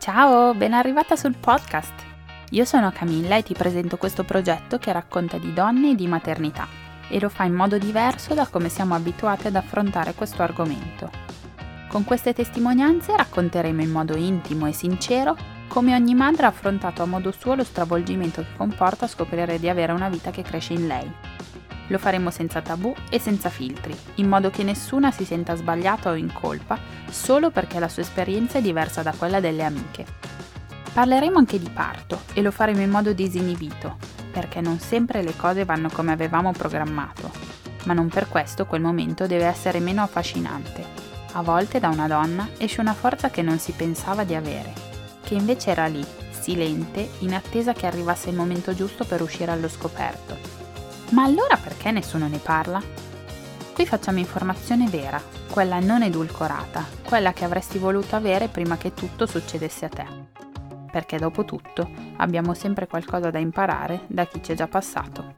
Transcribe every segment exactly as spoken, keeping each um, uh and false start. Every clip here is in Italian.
Ciao, ben arrivata sul podcast. Io sono Camilla e ti presento questo progetto che racconta di donne e di maternità e lo fa in modo diverso da come siamo abituati ad affrontare questo argomento. Con queste testimonianze racconteremo in modo intimo e sincero come ogni madre ha affrontato a modo suo lo stravolgimento che comporta scoprire di avere una vita che cresce in lei. Lo faremo senza tabù e senza filtri, in modo che nessuna si senta sbagliata o in colpa solo perché la sua esperienza è diversa da quella delle amiche. Parleremo anche di parto e lo faremo in modo disinibito, perché non sempre le cose vanno come avevamo programmato, ma non per questo quel momento deve essere meno affascinante. A volte da una donna esce una forza che non si pensava di avere, che invece era lì, silente, in attesa che arrivasse il momento giusto per uscire allo scoperto. Ma allora perché nessuno ne parla? Qui facciamo informazione vera, quella non edulcorata, quella che avresti voluto avere prima che tutto succedesse a te. Perché dopo tutto abbiamo sempre qualcosa da imparare da chi ci è già passato.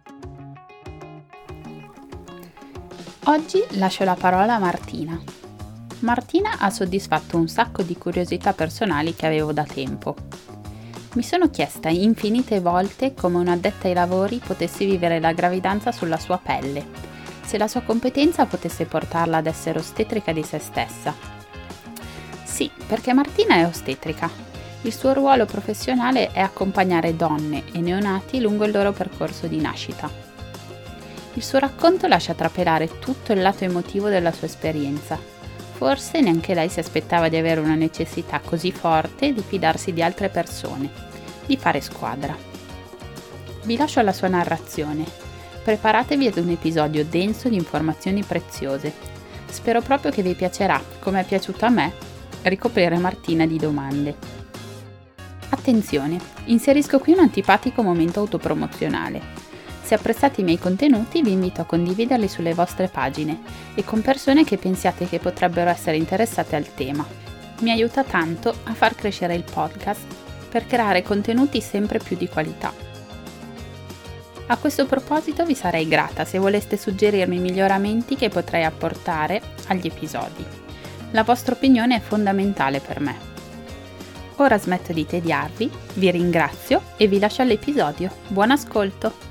Oggi lascio la parola a Martina. Martina ha soddisfatto un sacco di curiosità personali che avevo da tempo. Mi sono chiesta infinite volte come un'addetta ai lavori potesse vivere la gravidanza sulla sua pelle, se la sua competenza potesse portarla ad essere ostetrica di se stessa. Sì, perché Martina è ostetrica. Il suo ruolo professionale è accompagnare donne e neonati lungo il loro percorso di nascita. Il suo racconto lascia trapelare tutto il lato emotivo della sua esperienza. Forse neanche lei si aspettava di avere una necessità così forte di fidarsi di altre persone, di fare squadra. Vi lascio alla sua narrazione. Preparatevi ad un episodio denso di informazioni preziose. Spero proprio che vi piacerà, come è piaciuto a me, ricoprire Martina di domande. Attenzione, inserisco qui un antipatico momento autopromozionale. Se apprezzate i miei contenuti vi invito a condividerli sulle vostre pagine e con persone che pensiate che potrebbero essere interessate al tema. Mi aiuta tanto a far crescere il podcast per creare contenuti sempre più di qualità. A questo proposito vi sarei grata se voleste suggerirmi miglioramenti che potrei apportare agli episodi. La vostra opinione è fondamentale per me. Ora smetto di tediarvi, vi ringrazio e vi lascio all'episodio. Buon ascolto!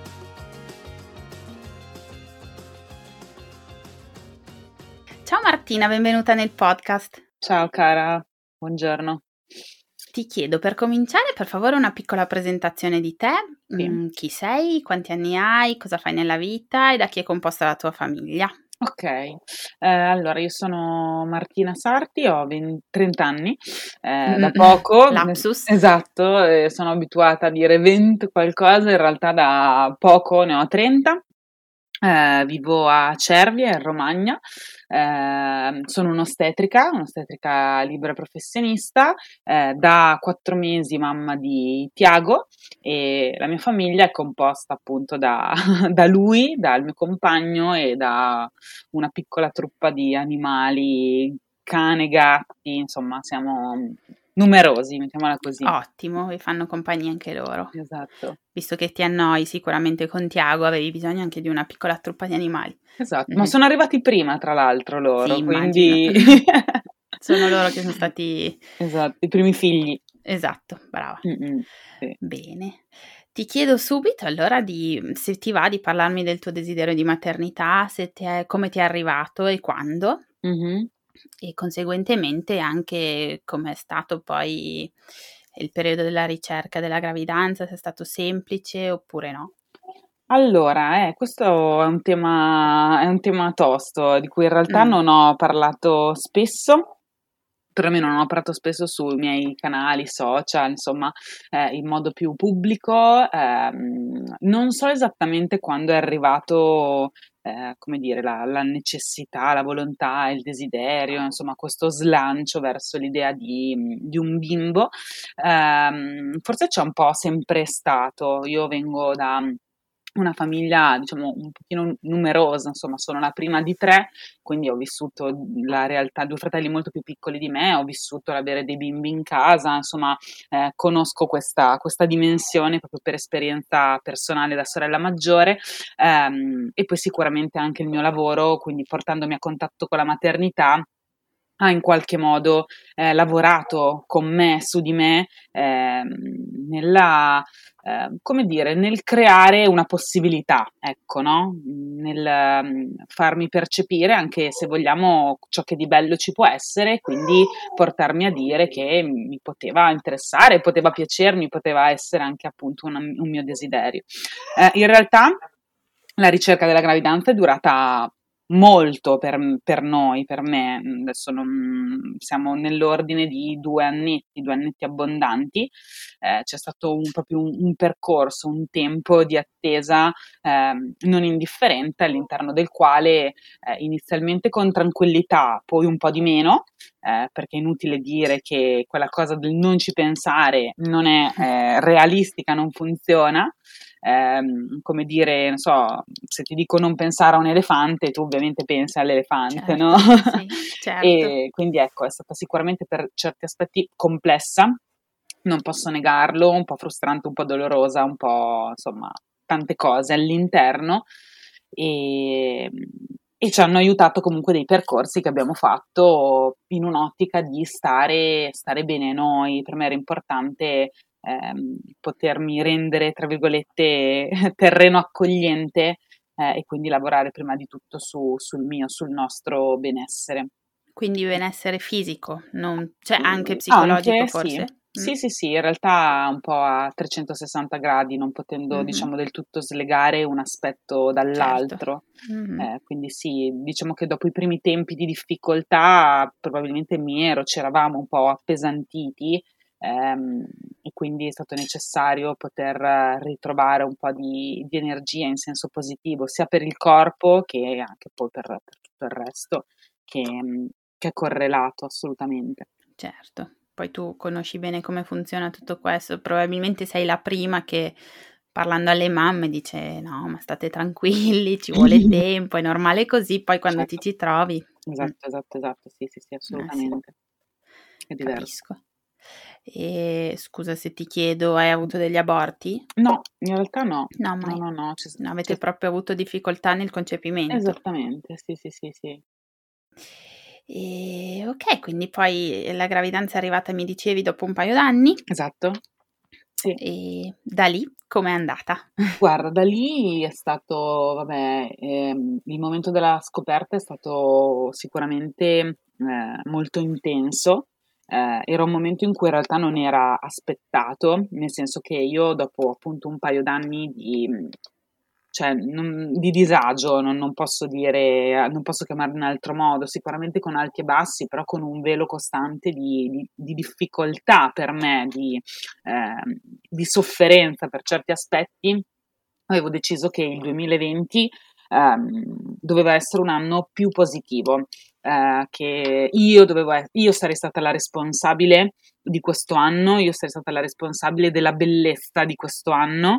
Ciao Martina, benvenuta nel podcast. Ciao cara, buongiorno. Ti chiedo per cominciare per favore una piccola presentazione di te, Sì. mm, chi sei, quanti anni hai, cosa fai nella vita e da chi è composta la tua famiglia. Ok, eh, allora io sono Martina Sarti, ho venti, trenta anni, eh, da poco, Lapsus. Esatto, eh, sono abituata a dire venti qualcosa, in realtà da poco ne ho trenta. Eh, vivo a Cervia, in Romagna, eh, sono un'ostetrica, un'ostetrica libera professionista, eh, da quattro mesi mamma di Tiago e la mia famiglia è composta appunto da, da lui, dal mio compagno e da una piccola truppa di animali, cane, gatti, insomma siamo numerosi, mettiamola così. Ottimo, vi fanno compagnia anche loro. Esatto. Visto che ti annoi sicuramente con Tiago, avevi bisogno anche di una piccola truppa di animali. Esatto, Mm-hmm. Ma sono arrivati prima tra l'altro loro, sì, quindi... sono loro che sono stati... Esatto, i primi figli. Esatto, brava. Mm-mm, sì. Bene. Ti chiedo subito allora di, se ti va, di parlarmi del tuo desiderio di maternità, se ti è, come ti è arrivato e quando, mm-hmm. e conseguentemente anche come è stato poi il periodo della ricerca della gravidanza, se è stato semplice oppure no. Allora, eh, questo è un tema, è un tema tosto, di cui in realtà Mm. non ho parlato spesso, perlomeno non ho parlato spesso sui miei canali social, insomma, eh, in modo più pubblico. ehm, non so esattamente quando è arrivato, eh, come dire, la, la necessità, la volontà, il desiderio, insomma, questo slancio verso l'idea di, di un bimbo. Ehm, forse c'è un po' sempre stato. Io vengo da una famiglia, diciamo, un pochino numerosa, insomma, sono la prima di tre, quindi ho vissuto la realtà, due fratelli molto più piccoli di me, ho vissuto l'avere dei bimbi in casa, insomma, eh, conosco questa, questa dimensione proprio per esperienza personale da sorella maggiore, ehm, e poi sicuramente anche il mio lavoro, quindi portandomi a contatto con la maternità, ha in qualche modo eh, lavorato con me, su di me, eh, nella, eh, come dire, nel creare una possibilità, ecco, no? Nel um, farmi percepire anche, se vogliamo, ciò che di bello ci può essere, quindi portarmi a dire che mi poteva interessare, poteva piacermi, poteva essere anche appunto una, un mio desiderio. Eh, in realtà la ricerca della gravidanza è durata molto per, per noi, per me, adesso non, siamo nell'ordine di due annetti, due annetti abbondanti, eh, c'è stato un, proprio un, un percorso, un tempo di attesa eh, non indifferente, all'interno del quale eh, inizialmente con tranquillità, poi un po' di meno, eh, perché è inutile dire che quella cosa del non ci pensare non è eh, realistica, non funziona. Ehm, come dire, non so, se ti dico non pensare a un elefante, tu ovviamente pensi all'elefante, Certo, no? sì, certo. E quindi ecco, è stata sicuramente per certi aspetti complessa, non posso negarlo, un po' frustrante, un po' dolorosa, un po' insomma tante cose all'interno e, e ci hanno aiutato comunque dei percorsi che abbiamo fatto in un'ottica di stare, stare bene noi. Per me era importante ehm, potermi rendere, tra virgolette, terreno accogliente eh, e quindi lavorare prima di tutto su, sul mio, sul nostro benessere. Quindi benessere fisico, non cioè anche Anche psicologico sì, forse? Mh, sì, sì, sì, in realtà un po' a trecentosessanta gradi, non potendo mh-mh, diciamo del tutto slegare un aspetto certo. dall'altro. Mh-mh. Eh, quindi sì, diciamo che dopo i primi tempi di difficoltà probabilmente mi ero, c'eravamo un po' appesantiti ehm, e quindi è stato necessario poter eh, ritrovare un po' di, di energia in senso positivo, sia per il corpo che anche poi per, per tutto il resto, che, che è correlato assolutamente. Certo. Poi tu conosci bene come funziona tutto questo, probabilmente sei la prima che parlando alle mamme dice: "No, ma state tranquilli, ci vuole tempo, è normale così", poi quando ti Certo, ci trovi mh, esatto, esatto, esatto, sì, sì, sì, eh sì, assolutamente. È diverso. capisco. E scusa se ti chiedo, hai avuto degli aborti? No, in realtà no. No, No, mai. no, no, c'è s No, c'è avete s proprio avuto difficoltà nel concepimento. esattamente, sì, sì, sì, sì. Ehm, okay, quindi poi la gravidanza è arrivata, mi dicevi, dopo un paio d'anni, Esatto, sì. e da lì com'è andata? Guarda, da lì è stato, vabbè, ehm, il momento della scoperta è stato sicuramente, ehm, molto intenso. Ehm, era un momento in cui in realtà non era aspettato, nel senso che io dopo appunto un paio d'anni di mhmm, cioè non di disagio, non non posso dire non posso chiamarlo in altro modo, sicuramente con alti e bassi, però con un velo costante di di di difficoltà per me, di ehm, di sofferenza per certi aspetti, avevo deciso che il duemilaventi ehm, doveva essere un anno più positivo, eh, che io dovevo, e- io sarei stata la responsabile di questo anno, io sarei stata la responsabile della bellezza di questo anno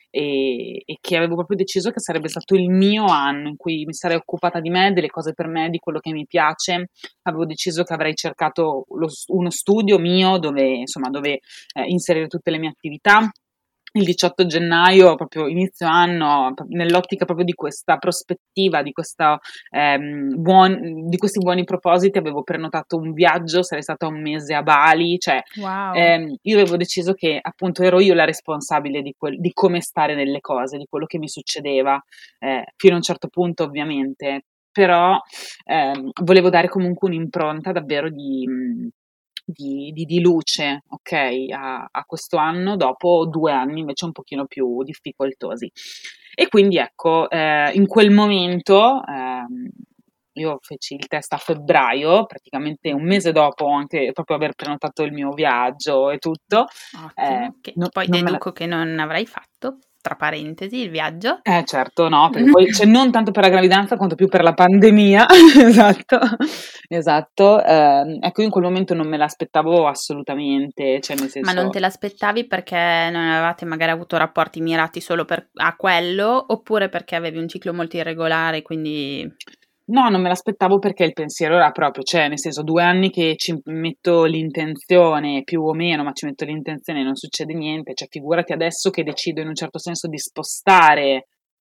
e, e che avevo proprio deciso che sarebbe stato il mio anno in cui mi sarei occupata di me, delle cose per me, di quello che mi piace. Avevo deciso che avrei cercato lo- uno studio mio dove, insomma, dove eh, inserire tutte le mie attività. Il diciotto gennaio, proprio inizio anno, pro- nell'ottica proprio di questa prospettiva, di, questa, ehm, buon- di questi buoni propositi, avevo prenotato un viaggio, sarei stata un mese a Bali, cioè Wow. ehm, io avevo deciso che appunto ero io la responsabile di, quel- di come stare nelle cose, di quello che mi succedeva, eh, fino a un certo punto ovviamente, però ehm, volevo dare comunque un'impronta davvero di, mh, di, di- di luce, ok, a, a questo anno, dopo due anni invece un pochino più difficoltosi. E quindi ecco, eh, in quel momento ehm, io feci il test a febbraio, praticamente un mese dopo anche proprio aver prenotato il mio viaggio e tutto. Eh, Ottimo, che no- poi non me la deduco che non avrai fatto, tra parentesi, il viaggio. eh certo, no, perché poi cioè non tanto per la gravidanza quanto più per la pandemia, esatto, esatto. Ehm, ecco, io in quel momento non me l'aspettavo assolutamente, cioè nel Ma non senso te l'aspettavi perché non avevate magari avuto rapporti mirati solo per a quello, oppure perché avevi un ciclo molto irregolare, quindi no, non me l'aspettavo perché il pensiero era proprio, cioè nel senso due anni che ci metto l'intenzione, più o meno, ma ci metto l'intenzione e non succede niente, cioè figurati adesso che decido in un certo senso di spostare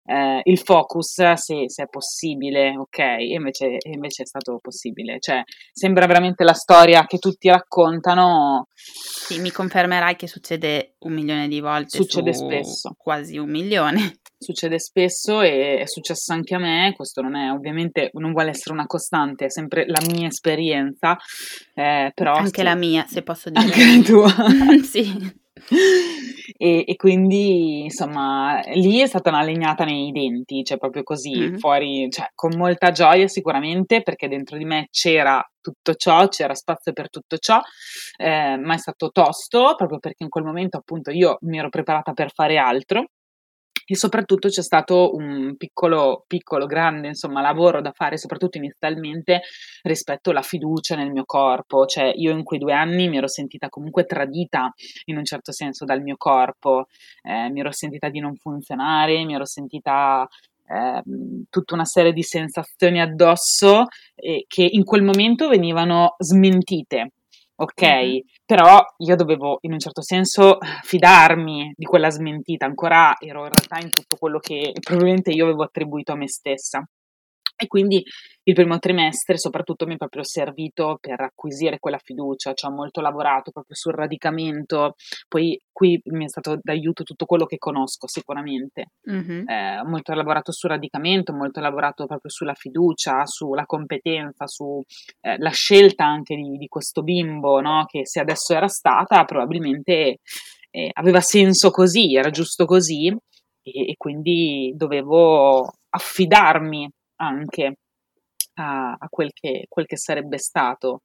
eh, il focus se, se è possibile, ok? E invece, e invece è stato possibile. Cioè, sembra veramente la storia che tutti raccontano. Sì, mi confermerai che succede un milione di volte Succede su spesso. quasi un milione. Succede spesso e è successo anche a me, questo non è ovviamente, non vuole essere una costante, è sempre la mia esperienza, eh, però Anche sì, la mia, se posso dire. anche la tua. Sì. E, e quindi insomma lì è stata una legnata nei denti, cioè proprio così, Mm. fuori, cioè con molta gioia sicuramente perché dentro di me c'era tutto ciò, c'era spazio per tutto ciò, eh, ma è stato tosto proprio perché in quel momento appunto io mi ero preparata per fare altro. E soprattutto c'è stato un piccolo, piccolo, grande, insomma, lavoro da fare, soprattutto inizialmente, rispetto alla fiducia nel mio corpo. Cioè, io in quei due anni mi ero sentita comunque tradita in un certo senso dal mio corpo, eh, mi ero sentita di non funzionare, mi ero sentita eh, tutta una serie di sensazioni addosso eh, che in quel momento venivano smentite. Ok, Mhm. però io dovevo in un certo senso fidarmi di quella smentita, ancora ero in realtà in tutto quello che probabilmente io avevo attribuito a me stessa. E quindi il primo trimestre soprattutto mi è proprio servito per acquisire quella fiducia, ci ho molto lavorato proprio sul radicamento, poi qui mi è stato d'aiuto tutto quello che conosco sicuramente. Mhm. Eh, ho molto lavorato sul radicamento, molto lavorato proprio sulla fiducia, sulla competenza, sulla eh, scelta anche di, di questo bimbo, no? Che se adesso era stata, probabilmente eh, aveva senso così, era giusto così, e, e quindi dovevo affidarmi anche a, a quel, che, quel che sarebbe stato.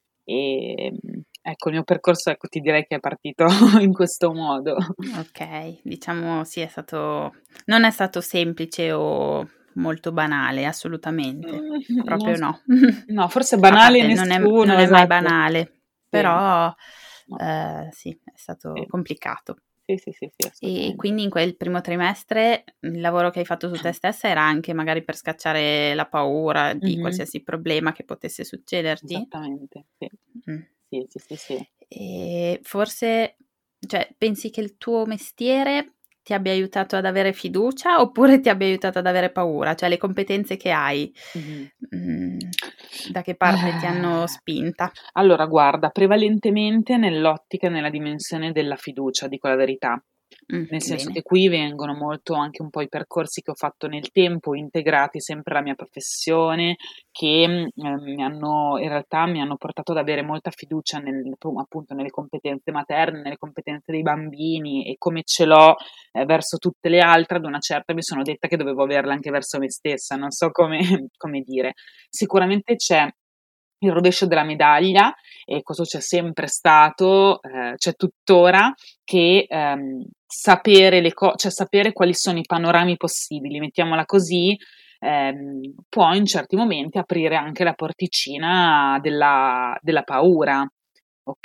E ecco, il mio percorso, ecco, ti direi che è partito in questo modo. Ok, diciamo sì, è stato, non è stato semplice o molto banale, assolutamente, Mm, non proprio so. no. No, forse A banale parte, non è, nessuno, non è mai esatto. banale, Sì, però no, eh, sì, è stato sì, complicato. sì, sì, sì, sì, E assolutamente. quindi in quel primo trimestre il lavoro che hai fatto su te stessa era anche magari per scacciare la paura di Mhm, qualsiasi problema che potesse succederti? esattamente, sì, Mm. sì, sì, sì, sì. E forse, cioè, pensi che il tuo mestiere ti abbia aiutato ad avere fiducia oppure ti abbia aiutato ad avere paura? Cioè, le competenze che hai, Mhm. mm, da che parte ti hanno Eh, spinta? Allora, guarda, prevalentemente nell'ottica e nella dimensione della fiducia, dico la verità. Mm, Nel senso che bene. qui vengono molto anche un po' i percorsi che ho fatto nel tempo, integrati sempre alla mia professione, che mm, eh, mi hanno, in realtà mi hanno portato ad avere molta fiducia nel- appunto nelle competenze materne, nelle competenze dei bambini e come ce l'ho eh, verso tutte le altre, ad una certa mi sono detta che dovevo averla anche verso me stessa, non so come, come dire. Sicuramente c'è il rovescio della medaglia e questo c'è sempre stato, eh, c'è tuttora, che ehm, sapere le cose, cioè sapere quali sono i panorami possibili, mettiamola così, ehm, può in certi momenti aprire anche la porticina della, della paura, ok?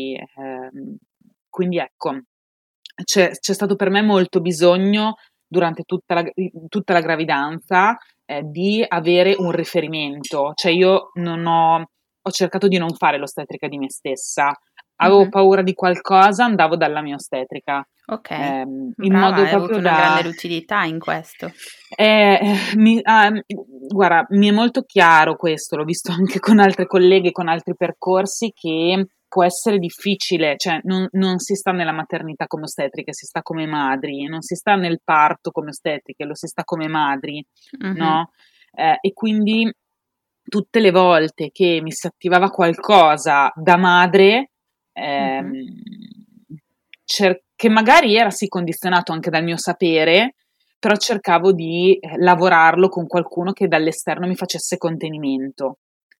Ehm, quindi ecco, c'è, c'è stato per me molto bisogno durante tutta la, tutta la gravidanza eh, di avere un riferimento, cioè io non ho, ho cercato di non fare l'ostetrica di me stessa, avevo Mhm. paura di qualcosa, andavo dalla mia ostetrica, Ok, ehm, in brava, modo hai proprio avuto una da... grande lucidità in questo. Eh, mi, ah, guarda, mi è molto chiaro questo, l'ho visto anche con altre colleghe, con altri percorsi, che può essere difficile, cioè non, non si sta nella maternità come ostetriche, si sta come madri, non si sta nel parto come ostetriche, lo si sta come madri, Mhm. no? Eh, e quindi tutte le volte che mi si attivava qualcosa da madre, ehm, Mhm. cer- che magari era sì condizionato anche dal mio sapere, però cercavo di eh, lavorarlo con qualcuno che dall'esterno mi facesse contenimento.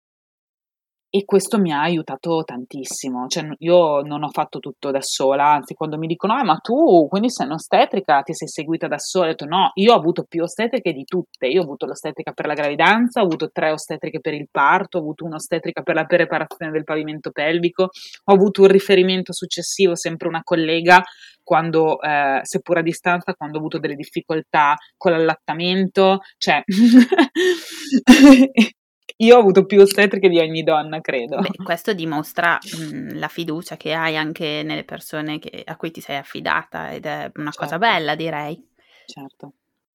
E questo mi ha aiutato tantissimo, cioè n- io non ho fatto tutto da sola, anzi quando mi dicono, ah ma tu quindi sei un'ostetrica, ti sei seguita da sola, ho detto no, io ho avuto più ostetriche di tutte, io ho avuto l'ostetrica per la gravidanza, ho avuto tre ostetriche per il parto, ho avuto un'ostetrica per la preparazione del pavimento pelvico, ho avuto un riferimento successivo, sempre una collega, quando, eh, seppur a distanza, quando ho avuto delle difficoltà con l'allattamento, cioè io ho avuto più ostetriche di ogni donna, credo. Beh, questo dimostra, mhmm, la fiducia che hai anche nelle persone che a cui ti sei affidata ed è una cosa Certo, bella, direi. certo.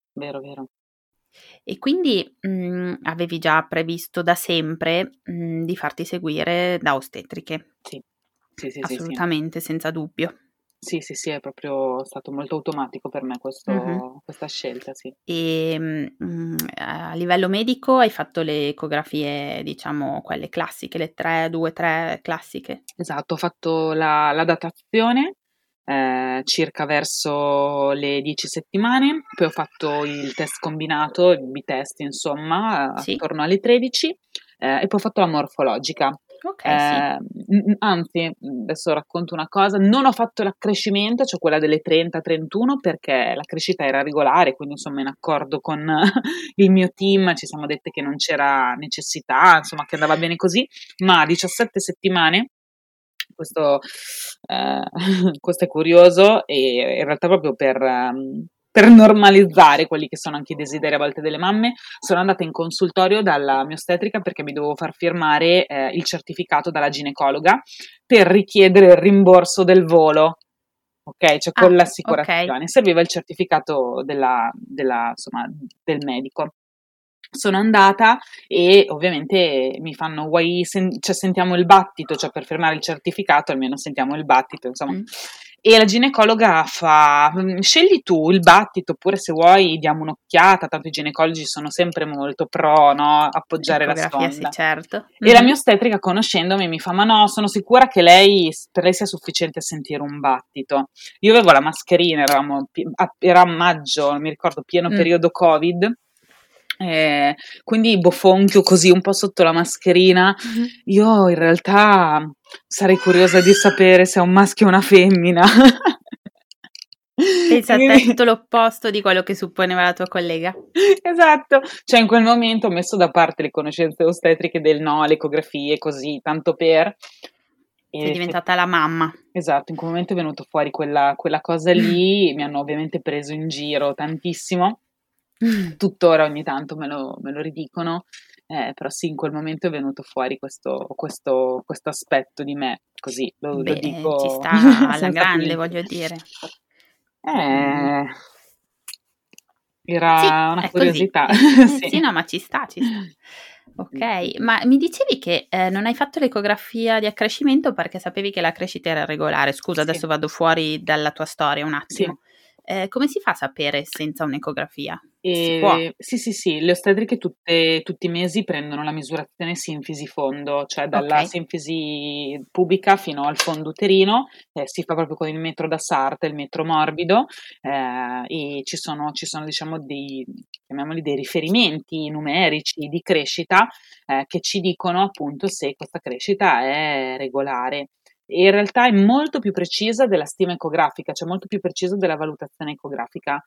vero, vero. E quindi mh, avevi già previsto da sempre mh, di farti seguire da ostetriche? Sì, sì, sì, sì, sì. Assolutamente, senza dubbio. Sì, sì, sì, è proprio stato molto automatico per me Mhm. questo, questa scelta, sì. E mh, a livello medico hai fatto le ecografie, diciamo, quelle classiche, le tre, due, tre classiche? Esatto, ho fatto la, la datazione eh, circa verso le dieci settimane, poi ho fatto il test combinato, il B-test, insomma, eh, Sì? attorno alle tredici, eh, e poi ho fatto la morfologica. Ok, sì. Eh, m- anzi, adesso racconto una cosa, non ho fatto l'accrescimento, cioè quella delle trenta trentuno, perché la crescita era regolare, quindi insomma in accordo con il mio team ci siamo dette che non c'era necessità, insomma che andava bene così, ma a diciassette settimane, questo, eh, questo è curioso, e in realtà proprio per, um, per normalizzare quelli che sono anche i desideri a volte delle mamme, sono andata in consultorio dalla mia ostetrica perché mi dovevo far firmare eh, il certificato dalla ginecologa per richiedere il rimborso del volo. Ok, cioè con Ah, ok. l'assicurazione, serviva il certificato della, della, insomma, del medico. Sono andata e ovviamente mi fanno, vuoi, sen- cioè sentiamo il battito, cioè per firmare il certificato almeno sentiamo il battito, insomma. Mm. E la ginecologa fa, "Mm, scegli tu il battito, oppure se vuoi diamo un'occhiata, tanto i ginecologi sono sempre molto pro, no, appoggiare la Ecografia, sì, sonda." certo. E la mia Mhm. ostetrica, conoscendomi, mi fa, ma no, sono sicura che lei, per lei sia sufficiente sentire un battito. Io avevo la mascherina, eravamo, pi- a- era a maggio, non mi ricordo, pieno Mm. periodo Covid, eh, quindi bofonchio così un po' sotto la mascherina. Mhm. Io in realtà sarei curiosa di sapere se è un maschio o una femmina. Pensa E a te, quindi- tutto l'opposto di quello che supponeva la tua collega. Esatto, cioè in quel momento ho messo da parte le conoscenze ostetriche del no, le ecografie, così, tanto per. E Sei effett- diventata la mamma. esatto, in quel momento è venuto fuori quella, quella cosa lì, mi hanno ovviamente preso in giro tantissimo, tuttora ogni tanto me lo, me lo ridicono, eh, però sì, in quel momento è venuto fuori questo, questo, questo aspetto di me, così lo, lo Beh, ci dico sta alla senza grande, filtri. voglio dire. Eh, Sì, era una è così. curiosità, Eh, eh, sì. sì, no, ma ci sta, ci sta. Sì, sì, Ok, sì. ma mi dicevi che eh, non hai fatto l'ecografia di accrescimento perché sapevi che la crescita era regolare. Scusa, Sì, adesso vado fuori dalla tua storia un sì. attimo. Eh, come si fa a sapere senza un'ecografia? Si può. E, sì, sì, sì, le ostetriche tutte- tutti i mesi prendono la misurazione sinfisi fondo, cioè Ok. dalla sinfisi pubica fino al fondo uterino, eh, si fa proprio con il metro da Sartre, il metro morbido, eh, e ci sono, ci sono diciamo dei, chiamiamoli dei riferimenti numerici di crescita, eh, che ci dicono appunto se questa crescita è regolare. E in realtà è molto più precisa della stima ecografica, cioè molto più precisa della valutazione ecografica.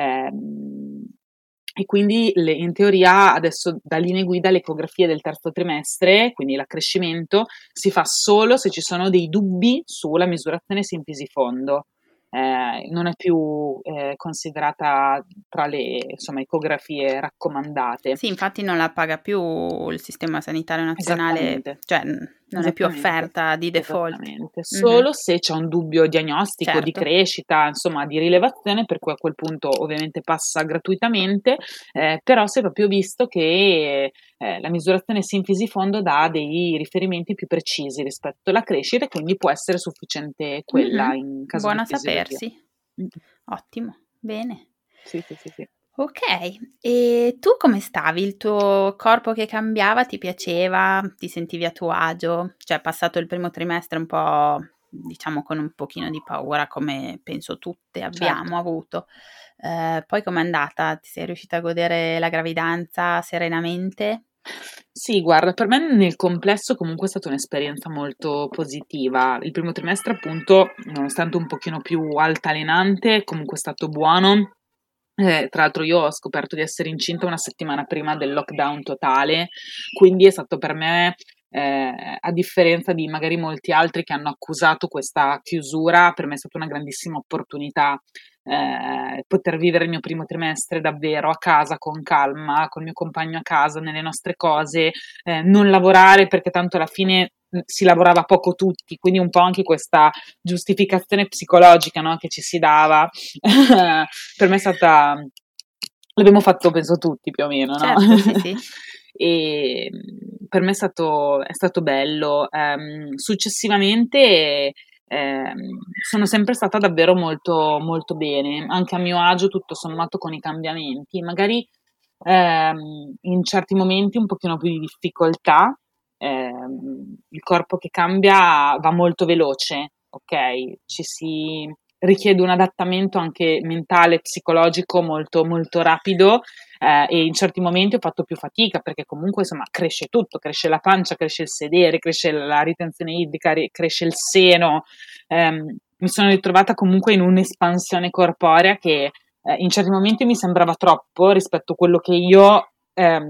Ehm, e quindi le- in teoria adesso da linee guida l'ecografia del terzo trimestre, quindi l'accrescimento, si fa solo se ci sono dei dubbi sulla misurazione sinfisi fondo. Eh, non è più eh, considerata tra le insomma, ecografie raccomandate. Sì, infatti non la paga più il Sistema Sanitario Nazionale, Esattamente. cioè n- non è più Esattamente, offerta di default. esattamente. Mhm. Solo se c'è un dubbio diagnostico di Certo. crescita, insomma, di rilevazione, per cui a quel punto ovviamente passa gratuitamente, eh, però si è proprio visto che eh, la misurazione sinfisi fondo dà dei riferimenti più precisi rispetto alla crescita e quindi può essere sufficiente quella Mhm. in caso di Buona fisiologia. sapersi. Mm. Ottimo, bene. Sì, sì, sì, sì. Ok, e tu come stavi? Il tuo corpo che cambiava ti piaceva? Ti sentivi a tuo agio? Cioè, passato il primo trimestre un po', diciamo, con un pochino di paura, come penso tutte Certo. abbiamo avuto. Eh, poi com'è andata? Ti sei riuscita a godere la gravidanza serenamente? Sì, guarda, per me nel complesso comunque è stata un'esperienza molto positiva. Il primo trimestre, appunto, nonostante un pochino più altalenante, comunque è stato buono. Eh, tra l'altro io ho scoperto di essere incinta una settimana prima del lockdown totale, quindi è stato per me, eh, a differenza di magari molti altri che hanno accusato questa chiusura, per me è stata una grandissima opportunità, eh, poter vivere il mio primo trimestre davvero a casa, con calma, col mio compagno a casa, nelle nostre cose, eh, non lavorare perché tanto alla fine mh, si lavorava poco tutti, quindi un po' anche questa giustificazione psicologica, no, che ci si dava per me è stata l'abbiamo fatto penso tutti più o meno, no? Certo, sì, sì. E per me è stato, è stato bello. Um, successivamente ehm, sono sempre stata davvero molto, molto bene, anche a mio agio tutto sommato con i cambiamenti, magari ehm, in certi momenti un pochino più di difficoltà, ehm, il corpo che cambia va molto veloce, ok? Ci si richiede un adattamento anche mentale, psicologico molto, molto rapido, eh, e in certi momenti ho fatto più fatica perché comunque insomma cresce tutto, cresce la pancia, cresce il sedere, cresce la ritenzione idrica, cresce il seno. Ehm, mi sono ritrovata comunque in un'espansione corporea che eh, in certi momenti mi sembrava troppo rispetto a quello che io ehm,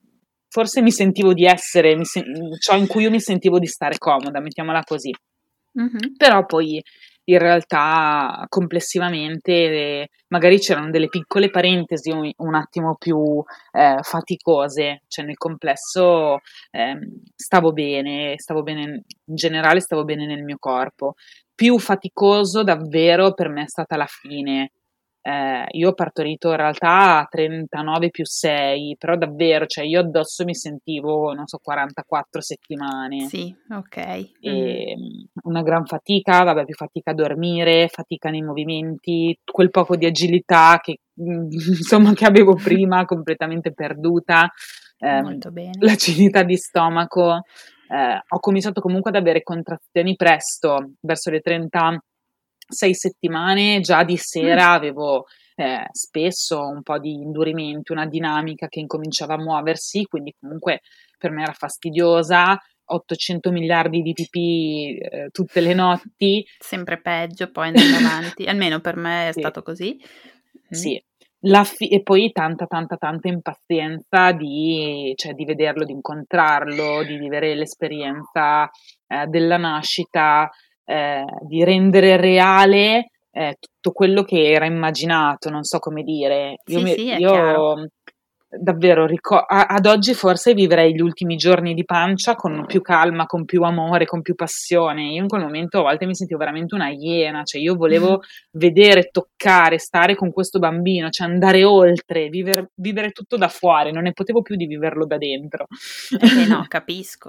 forse mi sentivo di essere, mi sen- ciò in cui io mi sentivo di stare comoda, mettiamola così. Mhm. Però poi in realtà complessivamente eh, magari c'erano delle piccole parentesi un, un attimo più eh, faticose, cioè nel complesso ehm, stavo bene, stavo bene in generale, stavo bene nel mio corpo. Più faticoso davvero per me è stata la fine. Eh, io ho partorito in realtà a trentanove più sei, però davvero, cioè io addosso mi sentivo, non so, quarantaquattro settimane. Sì, ok. Mhm. E una gran fatica, vabbè, più fatica a dormire, fatica nei movimenti, quel poco di agilità che insomma che avevo prima, completamente perduta, ehm, Molto bene. l'acidità di stomaco. Eh, ho cominciato comunque ad avere contrazioni presto, verso le trentasei settimane, già di Mm. sera avevo eh, spesso un po' di indurimenti, una dinamica che incominciava a muoversi, quindi comunque per me era fastidiosa. ottocento miliardi di pipì eh, tutte le notti. Sempre peggio poi andando avanti, almeno per me è Sì, stato così. Mm. sì. La fi- e poi tanta, tanta, tanta impazienza di, cioè, di vederlo, di incontrarlo, di vivere l'esperienza eh, della nascita, eh, di rendere reale eh, tutto quello che era immaginato, non so come dire. Io, Sì, mi- sì, è chiaro. io davvero ricor- a- ad oggi forse vivrei gli ultimi giorni di pancia con più calma, con più amore, con più passione. Io in quel momento a volte mi sentivo veramente una iena, cioè io volevo vedere, toccare, stare con questo bambino, cioè andare oltre, vivere, vivere tutto da fuori, non ne potevo più di viverlo da dentro. Eh beh, no, capisco.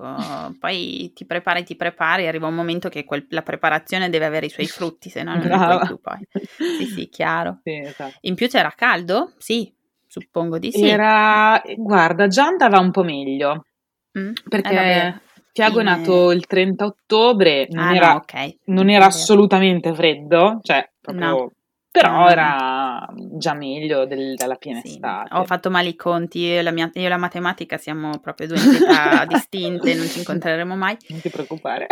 Poi ti prepari, ti prepari, arriva un momento che quel- la preparazione deve avere i suoi frutti, se no non ne puoi Brava. più poi. Sì, sì, chiaro. Sì, esatto. In più c'era caldo? Sì, suppongo di sì. Era, guarda, già andava un po' meglio, Mm? Eh vabbè, perché Tiago è nato fine... il trenta ottobre, non Ah no, era, ok. non era È vero. assolutamente freddo, cioè No, proprio, no, però no, no. era già meglio del- della piena Sì, ho estate. fatto male i conti, io e la mia, io e la matematica siamo proprio due entità distinte, non ci incontreremo mai. Non ti preoccupare.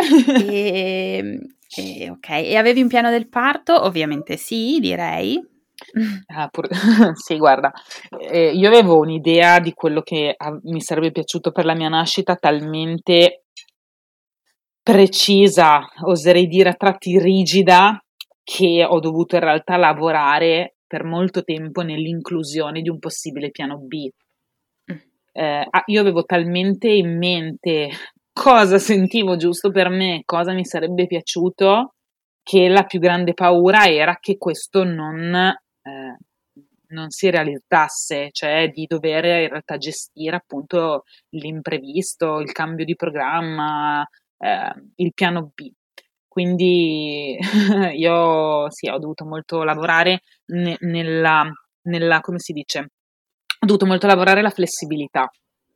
E, e ok, e avevi un piano del parto? Ovviamente sì, direi. Ah, pur- sì, guarda, eh, io avevo un'idea di quello che ah, mi sarebbe piaciuto per la mia nascita talmente precisa, oserei dire a tratti rigida, che ho dovuto in realtà lavorare per molto tempo nell'inclusione di un possibile piano B. Mm. Eh, ah, io avevo talmente in mente cosa sentivo giusto per me, cosa mi sarebbe piaciuto, che la più grande paura era che questo non, eh, non si realizzasse, cioè di dover in realtà gestire appunto l'imprevisto, il cambio di programma, eh, il piano B. Quindi io sì, ho dovuto molto lavorare ne- nella, nella, come si dice, ho dovuto molto lavorare la flessibilità.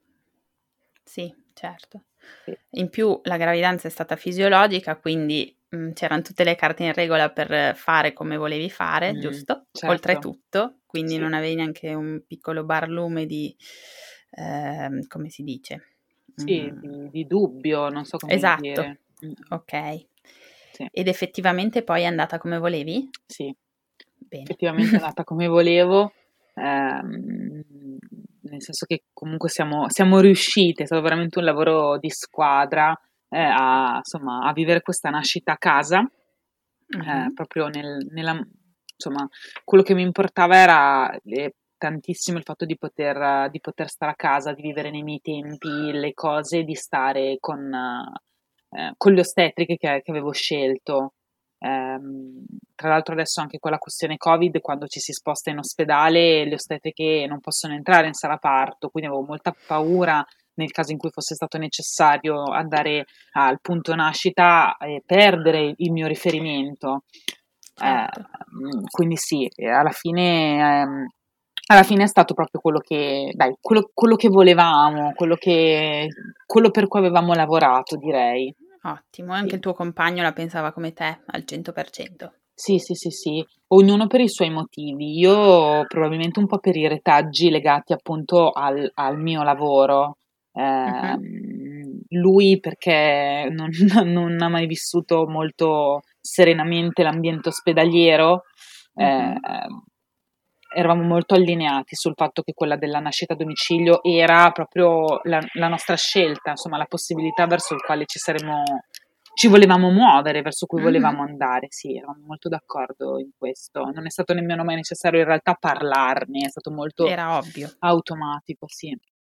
Sì, certo. Sì. In più la gravidanza è stata fisiologica, quindi mm, c'erano tutte le carte in regola per fare come volevi fare, Mm, giusto? certo, Oltretutto, quindi sì, non avevi neanche un piccolo barlume di, ehm, come si dice? sì, Mm, di, di dubbio, non so come esatto, dire. Mm, mm, ok. sì, Ed effettivamente poi è andata come volevi? sì, Bene. effettivamente è andata come volevo, ehm, nel senso che comunque siamo, siamo riuscite, è stato veramente un lavoro di squadra, eh, a, insomma, a vivere questa nascita a casa, eh, Mhm. proprio nel, nella, insomma, quello che mi importava era eh, tantissimo il fatto di poter, di poter stare a casa, di vivere nei miei tempi, le cose, di stare con, eh, con le ostetriche che, che avevo scelto. Ehm, tra l'altro adesso anche con la questione Covid, quando ci si sposta in ospedale, le ostetriche non possono entrare in sala parto, quindi avevo molta paura nel caso in cui fosse stato necessario andare al punto nascita e perdere il mio riferimento. Eh, Certo. quindi sì, alla fine, ehm, alla fine è stato proprio quello che, dai, quello, quello che volevamo, quello che, quello per cui avevamo lavorato, direi. Ottimo, e anche Sì. il tuo compagno la pensava come te al cento per cento. Sì, sì, sì, sì, ognuno per i suoi motivi. Io probabilmente un po' per i retaggi legati appunto al, al mio lavoro. Mhm, Ehm, lui perché non, non ha mai vissuto molto serenamente l'ambiente ospedaliero. eh, mhm. Eravamo molto allineati sul fatto che quella della nascita a domicilio era proprio la, la nostra scelta, insomma, la possibilità verso il quale ci saremmo, ci volevamo muovere, verso cui Mhm. volevamo andare. Sì, eravamo molto d'accordo in questo. Non è stato nemmeno mai necessario in realtà parlarne, è stato molto Era ovvio. automatico, sì.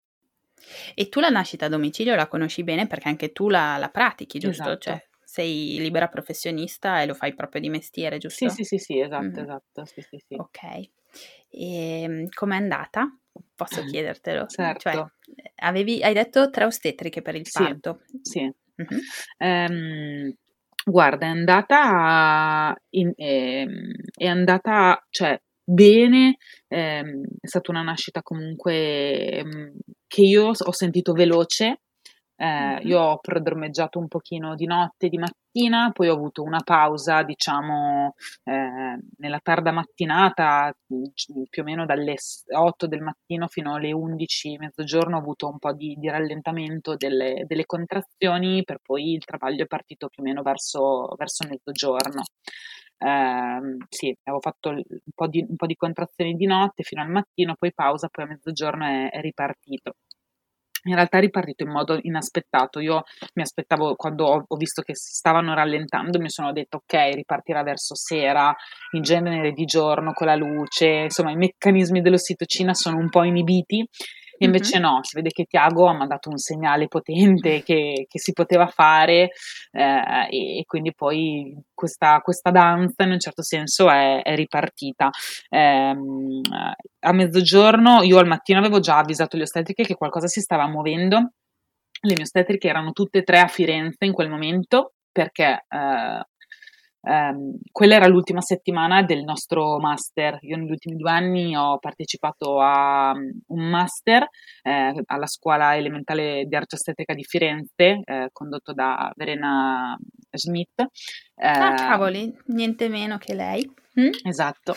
E tu la nascita a domicilio la conosci bene perché anche tu la, la pratichi, giusto? Esatto. Cioè, sei libera professionista e lo fai proprio di mestiere, Sì, giusto? sì, sì, sì, esatto, Mhm. esatto, sì, sì, sì. Ok. E com'è andata? Posso chiedertelo? Cioè, Certo. avevi, hai detto tre ostetriche per il Sì, parto. sì. Mhm. Ehm, guarda, è andata in ehm, è andata, cioè, bene, ehm, è stata una nascita comunque, mhmm, che io s ho sentito veloce. Ehm, Mhm. io ho prodromeggiato un pochino di notte e di mattina, poi ho avuto una pausa, diciamo, ehm, nella tarda mattinata, mhmm, c più o meno dalle s otto del mattino fino alle undici, mezzogiorno, ho avuto un po' di di rallentamento delle delle contrazioni, per poi il travaglio è partito più o meno verso verso mezzogiorno. Ehm, sì, avevo fatto il un po' di un po' di contrazioni di notte fino al mattino, poi pausa, poi a mezzogiorno è è ripartito. In realtà è ripartito in modo inaspettato. Io mi aspettavo, quando ho ho visto che si stavano rallentando, mi sono detta: "Okay, ripartirà verso sera, in genere di giorno con la luce", insomma i meccanismi dell'ossitocina sono un po' inibiti. E invece Mhm. no, si vede che Tiago ha mandato un segnale potente che che si poteva fare, ehm, e e quindi poi questa questa danza in un certo senso è è ripartita. Ehm, a mezzogiorno, io al mattino avevo già avvisato le ostetriche che qualcosa si stava muovendo. Le mie ostetriche erano tutte e tre a Firenze in quel momento perché, ehm, ehm, quella era l'ultima settimana del nostro master. Io negli ultimi due anni ho partecipato a mm, un master, ehm, alla Scuola Elementare di Arte Ostetrica di Firenze, ehm, condotto da Verena Schmidt. Ah, Ehm cavoli, niente meno che lei. Mm? Esatto.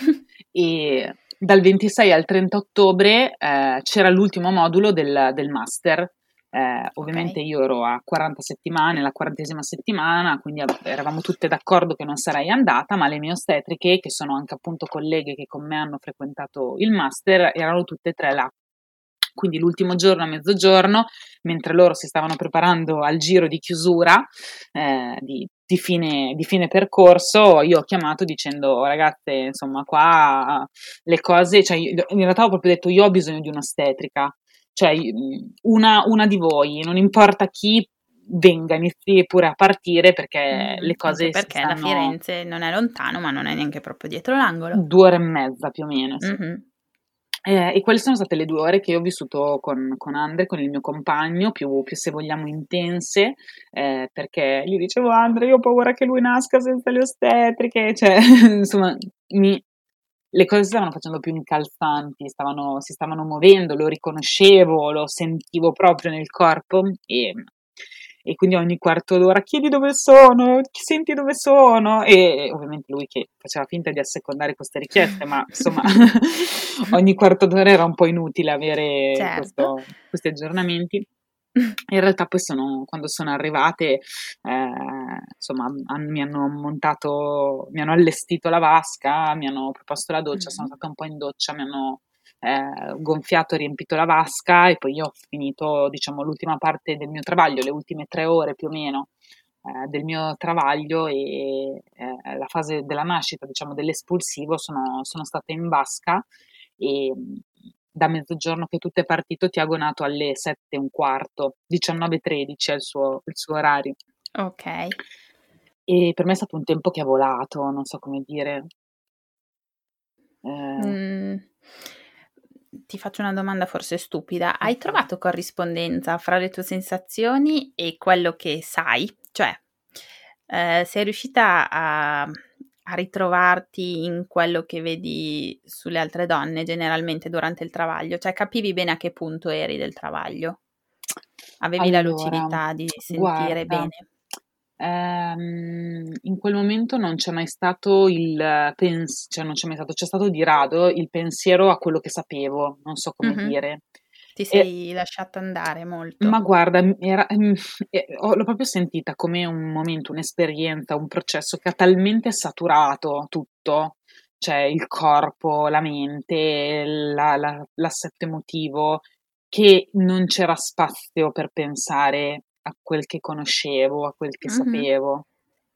E dal ventisei al trenta ottobre, ehm, c'era l'ultimo modulo del del master. Ehm, Ok. ovviamente io ero a quaranta settimane, la quarantesima settimana, quindi av eravamo tutte d'accordo che non sarei andata, ma le mie ostetriche, che sono anche appunto colleghe che con me hanno frequentato il master, erano tutte e tre là. Quindi l'ultimo giorno a mezzogiorno, mentre loro si stavano preparando al giro di chiusura, eh, di, di fine, di fine percorso, io ho chiamato dicendo: ragazze, insomma, qua le cose, cioè, io- in realtà ho proprio detto: io ho bisogno di un'ostetrica, cioè una, una di voi, non importa chi venga, inizi pure a partire perché Mhm. le Anche cose si perché da stanno Firenze non è lontano, ma non è neanche proprio dietro l'angolo. due ore e mezza più o meno, sì. Mhm. Eh, e quelle sono state le due ore che io ho vissuto con, con Andre, con il mio compagno, più, più se vogliamo intense, eh, perché gli dicevo: Andre, io ho paura che lui nasca senza le ostetriche, cioè, insomma, mi- le cose si stavano facendo più incalzanti, stavano- si stavano muovendo, lo riconoscevo, lo sentivo proprio nel corpo e, e quindi ogni quarto d'ora: chiedi dove sono, senti dove sono, e ovviamente lui che faceva finta di assecondare queste richieste, ma insomma ogni quarto d'ora era un po' inutile avere Certo. questo- questi aggiornamenti. In realtà poi sono, quando sono arrivate, eh, insomma, han- mi hanno montato, mi hanno allestito la vasca, mi hanno proposto la doccia, sono Mhm. stata un po' in doccia, mi hanno eh, gonfiato e riempito la vasca, e poi io ho finito, diciamo, l'ultima parte del mio travaglio, le ultime tre ore più o meno eh, del mio travaglio, e eh, la fase della nascita, diciamo, dell'espulsivo, sono, sono stata in vasca. E mh, da mezzogiorno che tutto è partito, Tiago è nato alle sette e un quarto, diciannove e tredici è il suo, il suo orario. Ok. e per me è stato un tempo che ha volato, non so come dire. Eh, Mm, ti faccio una domanda forse stupida. Hai ok. trovato corrispondenza fra le tue sensazioni e quello che sai? Cioè, eh, sei riuscita a, a ritrovarti in quello che vedi sulle altre donne generalmente durante il travaglio? Cioè, capivi bene a che punto eri del travaglio? Avevi la Allora, lucidità di sentire guarda, bene? ehm, in quel momento non c'è mai stato il pens- cioè non c'è mai stato, c'è stato di rado il pensiero a quello che sapevo, non so come Mhm. dire. Ti E sei lasciata andare Ma molto. guarda, m era mhmm, e ho l'ho proprio sentita come un momento, un'esperienza, un processo che ha talmente saturato tutto, cioè il corpo, la mente, la la l'assetto emotivo, che non c'era spazio per pensare a quel che conoscevo, a quel che Mhm. sapevo.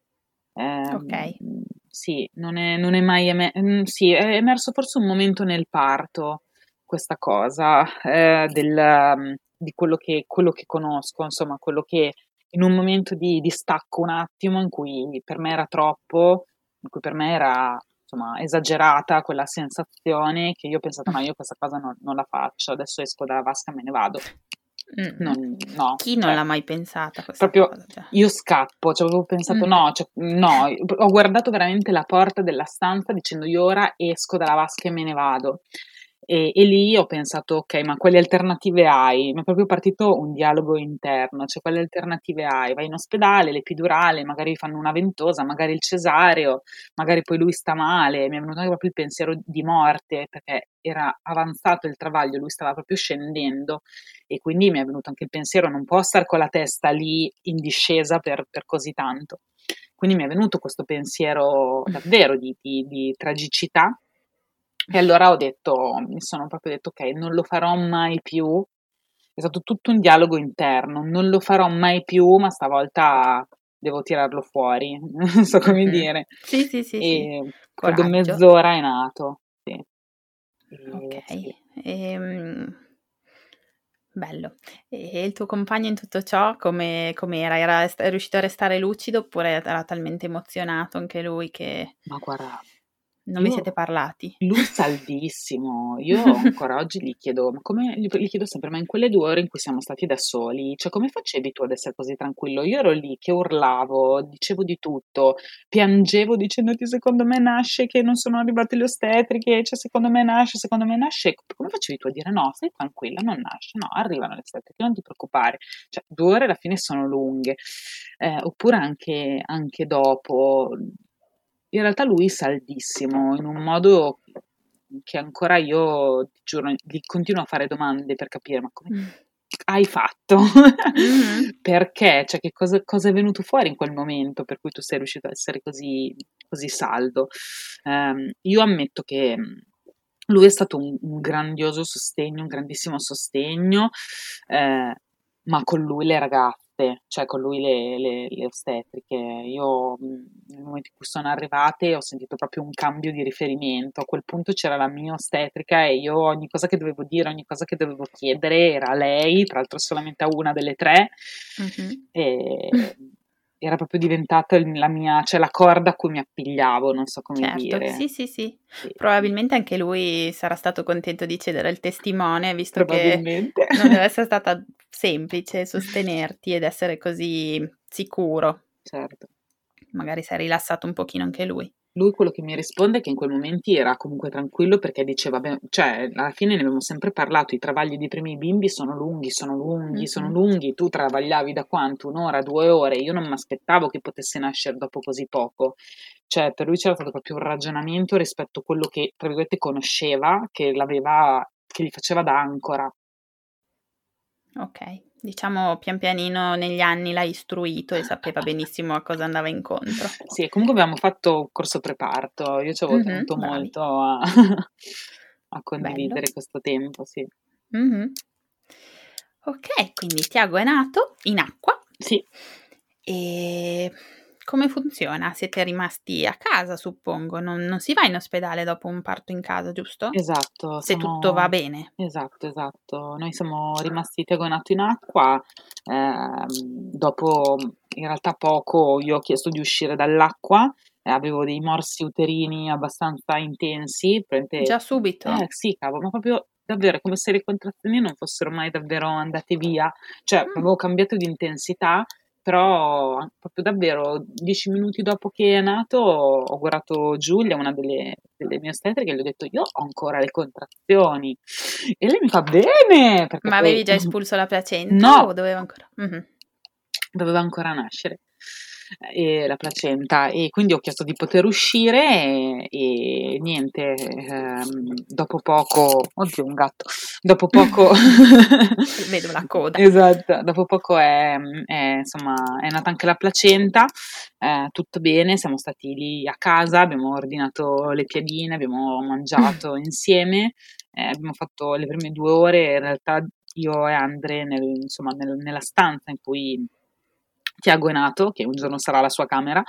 Ok. Ehm, sì, non è non è mai eme mhmm, sì, è emerso forse un momento nel parto questa cosa, ehm, del mhmm, di quello che quello che conosco, insomma, quello che in un momento di di stacco un attimo, in cui per me era troppo, in cui per me era, insomma, esagerata quella sensazione, che io ho pensato: "No, io questa cosa non non la faccio, adesso esco dalla vasca e me ne vado." Mm. Non no, Chi non cioè l'ha mai pensata questa proprio cosa? Cioè. io scappo, cioè avevo pensato Mhm. no, cioè no, ho guardato veramente la porta della stanza dicendo io ora esco dalla vasca e me ne vado. E, e lì ho pensato, ok, ma quali alternative hai? Mi è proprio partito un dialogo interno, cioè quali alternative hai? Vai in ospedale, l'epidurale, magari fanno una ventosa, magari il cesareo, magari poi lui sta male. Mi è venuto anche proprio il pensiero di morte, perché era avanzato il travaglio, lui stava proprio scendendo e quindi mi è venuto anche il pensiero, non può stare con la testa lì in discesa per, per così tanto. Quindi mi è venuto questo pensiero davvero di, di, di tragicità e allora ho detto, mi sono proprio detto, ok, non lo farò mai più. È stato tutto un dialogo interno, non lo farò mai più, ma stavolta devo tirarlo fuori, non so come Mhm. dire. Sì, sì, sì, sì. E credo Coraggio. mezz'ora è nato, sì. E, Ok. sì. Ehm, bello. E il tuo compagno in tutto ciò come com'era? Era est- è riuscito a restare lucido oppure era talmente emozionato anche lui che Ma guarda, non vi siete io parlati? lui saldissimo, io ancora oggi gli chiedo, ma come, gli, gli chiedo sempre, ma in quelle due ore in cui siamo stati da soli, cioè come facevi tu ad essere così tranquillo? Io ero lì che urlavo, dicevo di tutto, piangevo dicendoti secondo me nasce che non sono arrivate le ostetriche, cioè secondo me nasce, secondo me nasce, come facevi tu a dire no, stai tranquilla, non nasce, no, arrivano le ostetriche, non ti preoccupare, cioè due ore alla fine sono lunghe. Eh, oppure anche, anche dopo. In realtà lui saldissimo, in un modo che ancora io, ti giuro, gli continuo a fare domande per capire, ma come Mm. hai fatto? Mhm. Perché? Cioè, che cosa, cosa è venuto fuori in quel momento per cui tu sei riuscito a essere così, così saldo? Ehm, io ammetto che mh, lui è stato un, un grandioso sostegno, un grandissimo sostegno, eh, ma con lui le ragazze, cioè con lui le, le- le ostetriche. Io mh, nel momento in cui sono arrivate ho sentito proprio un cambio di riferimento. A quel punto c'era la mia ostetrica e io ogni cosa che dovevo dire, ogni cosa che dovevo chiedere era a lei, tra l'altro solamente a una delle tre. Mhm. E era proprio diventata il- la mia, cioè la corda a cui mi appigliavo, non so come Certo, dire. sì, sì, sì. Sì, Probabilmente anche lui sarà stato contento di cedere il testimone, visto che probabilmente. non deve essere stata semplice sostenerti ed essere così sicuro. Certo. Magari si è rilassato un pochino anche lui. Lui quello che mi risponde è che in quei momenti era comunque tranquillo perché diceva, beh, cioè, alla fine ne abbiamo sempre parlato, i travagli dei primi bimbi sono lunghi, sono lunghi, sono Mhm. lunghi, tu travagliavi da quanto? Un'ora, due ore, io non mi aspettavo che potesse nascere dopo così poco. Cioè, per lui c'era stato proprio un ragionamento rispetto a quello che, tra virgolette, conosceva, che l'aveva, che gli faceva da ancora. Ok, diciamo pian pianino negli anni l'ha istruito e sapeva benissimo a cosa andava incontro. Sì, e comunque abbiamo fatto un corso preparto, io ci avevo Mhm, tenuto bravi, molto a, a bello. condividere questo tempo, sì. Mhm. Ok, quindi Tiago è nato in acqua. Sì, E come funziona? Siete rimasti a casa, suppongo, non, non si va in ospedale dopo un parto in casa, giusto? esatto, Se tutto va siamo, bene. esatto, esatto. Noi siamo rimasti diagonati in acqua, ehm, dopo in realtà poco, io ho chiesto di uscire dall'acqua, eh, avevo dei morsi uterini abbastanza intensi, praticamente- Già subito? eh sì, cavolo, ma proprio davvero è come se le contrazioni non fossero mai davvero andate via, cioè Mm. avevo cambiato di intensità, però proprio davvero dieci minuti dopo che è nato ho guardato Giulia, una delle, delle mie ostetriche, e le ho detto io ho ancora le contrazioni e lei mi fa bene, perché Ma poi avevi già espulso la placenta o no, doveva ancora? Mhm. doveva ancora nascere eh, la placenta e quindi ho chiesto di poter uscire e, e niente, ehm, dopo poco, oddio un gatto, dopo poco, Vedo la coda. esatto, dopo poco è, è, insomma, è nata anche la placenta, eh, tutto bene, siamo stati lì a casa, abbiamo ordinato le piadine, abbiamo mangiato insieme, eh, abbiamo fatto le prime due ore, in realtà io e Andre nel, insomma, nel- nella stanza in cui Tiago è nato, che un giorno sarà la sua camera,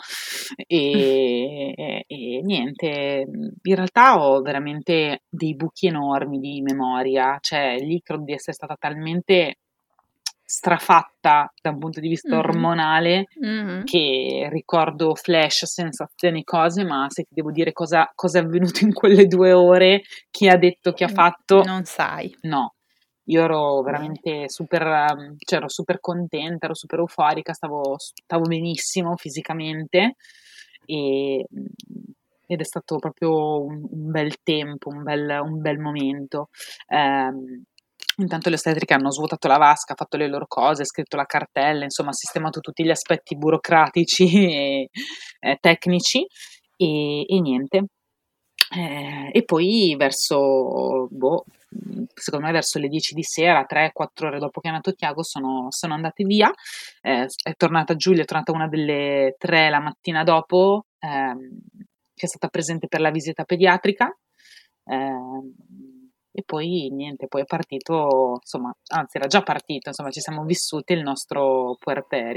e, e- e niente, in realtà ho veramente dei buchi enormi di memoria, cioè lì credo di essere stata talmente strafatta da un punto di vista Mhm. ormonale Mhm. che ricordo flash, sensazioni, cose, ma se ti devo dire cosa, cosa è avvenuto in quelle due ore, chi ha detto, chi ha Mm, fatto, non sai. no. Io ero Bene. veramente super, ehm, cioè ero super contenta, ero super euforica, stavo, stavo benissimo fisicamente e, ed è stato proprio un, un bel tempo, un bel, un bel momento. Ehm, intanto le ostetriche hanno svuotato la vasca, fatto le loro cose, scritto la cartella, insomma, sistemato tutti gli aspetti burocratici e eh, tecnici e, e niente. Eh, e poi verso, boh, secondo me verso le dieci di sera, tre quattro ore dopo che è nato Tiago, sono, sono andate via. Eh, è tornata Giulia, è tornata una delle tre la mattina dopo, ehm, che è stata presente per la visita pediatrica. ehm, e poi niente, poi è partito, insomma, anzi era già partito, insomma, ci siamo vissuti il nostro puerperio.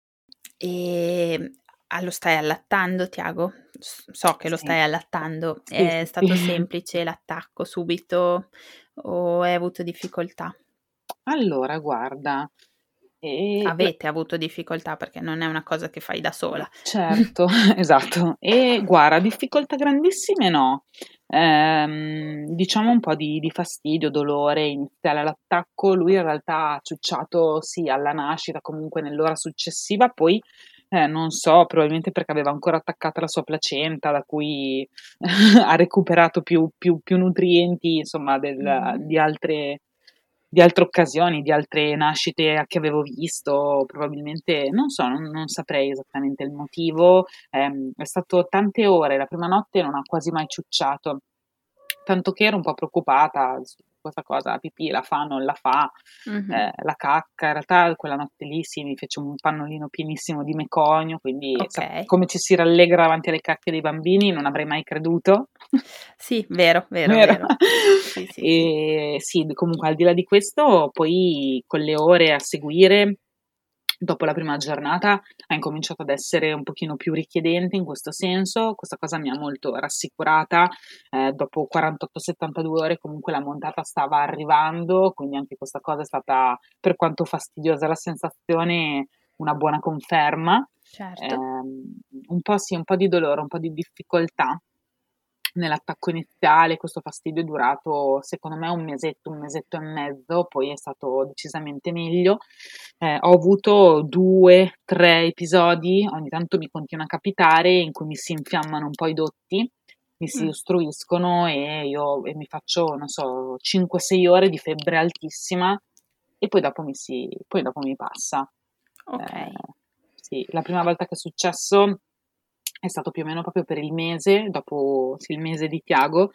E ah, lo stai allattando, Tiago? S- So che lo Sì, stai allattando. sì, È sì, stato sì. semplice l'attacco subito o hai avuto difficoltà? Allora, guarda, e Avete avuto difficoltà perché non è una cosa che fai da sola. certo, esatto. E guarda, difficoltà grandissime no. Ehm, diciamo un po' di, di fastidio, dolore iniziale all'attacco. Lui in realtà ha ciucciato sì alla nascita, comunque nell'ora successiva, poi eh, non so, probabilmente perché aveva ancora attaccata la sua placenta, da cui ha recuperato più, più- più nutrienti, insomma, del- Mhm. di altre di altre occasioni, di altre nascite che avevo visto, probabilmente, non so, non, non saprei esattamente il motivo, ehm, è stato tante ore, la prima notte non ha quasi mai ciucciato, tanto che ero un po' preoccupata su questa cosa, la pipì la fa, non la fa, Mhm. eh, la cacca, in realtà quella notte lì sì, mi fece un pannolino pienissimo di meconio, quindi Ok. sa- come ci si rallegra davanti alle cacche dei bambini, non avrei mai creduto. Sì, vero, vero, Vero? vero. Sì, sì, sì. E sì, comunque al di là di questo, poi con le ore a seguire, dopo la prima giornata, ha incominciato ad essere un pochino più richiedente in questo senso. Questa cosa mi ha molto rassicurata. Eh, dopo quarantotto settantadue ore comunque la montata stava arrivando, quindi anche questa cosa è stata, per quanto fastidiosa la sensazione, una buona conferma. Certo. Ehm, un po' sì, un po' di dolore, un po' di difficoltà nell'attacco iniziale, questo fastidio è durato secondo me un mesetto, un mesetto e mezzo, poi è stato decisamente meglio. Eh, ho avuto due, tre episodi, ogni tanto mi continua a capitare, in cui mi si infiammano un po' i dotti, mi si Mm, ostruiscono e io e mi faccio, non so, cinque sei ore di febbre altissima e poi dopo mi, si, poi dopo mi passa. ok. Eh, sì, la prima volta che è successo è stato più o meno proprio per il mese, dopo sì, il mese di Tiago,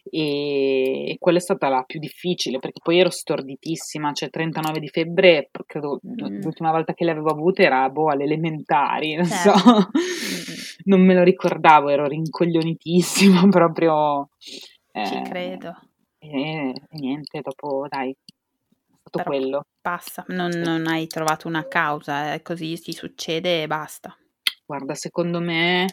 e, e quella è stata la più difficile perché poi ero storditissima, cioè trentanove di febbre, credo Mm, l'ultima volta che le avevo avute era boh, alle elementari, non so, certo. Mm, non me lo ricordavo, ero rincoglionitissima proprio. ci eh, credo. e, e niente, dopo dai, è stato Però quello. passa, non, Sì. non hai trovato una causa, è così ti succede e basta. Guarda, secondo me,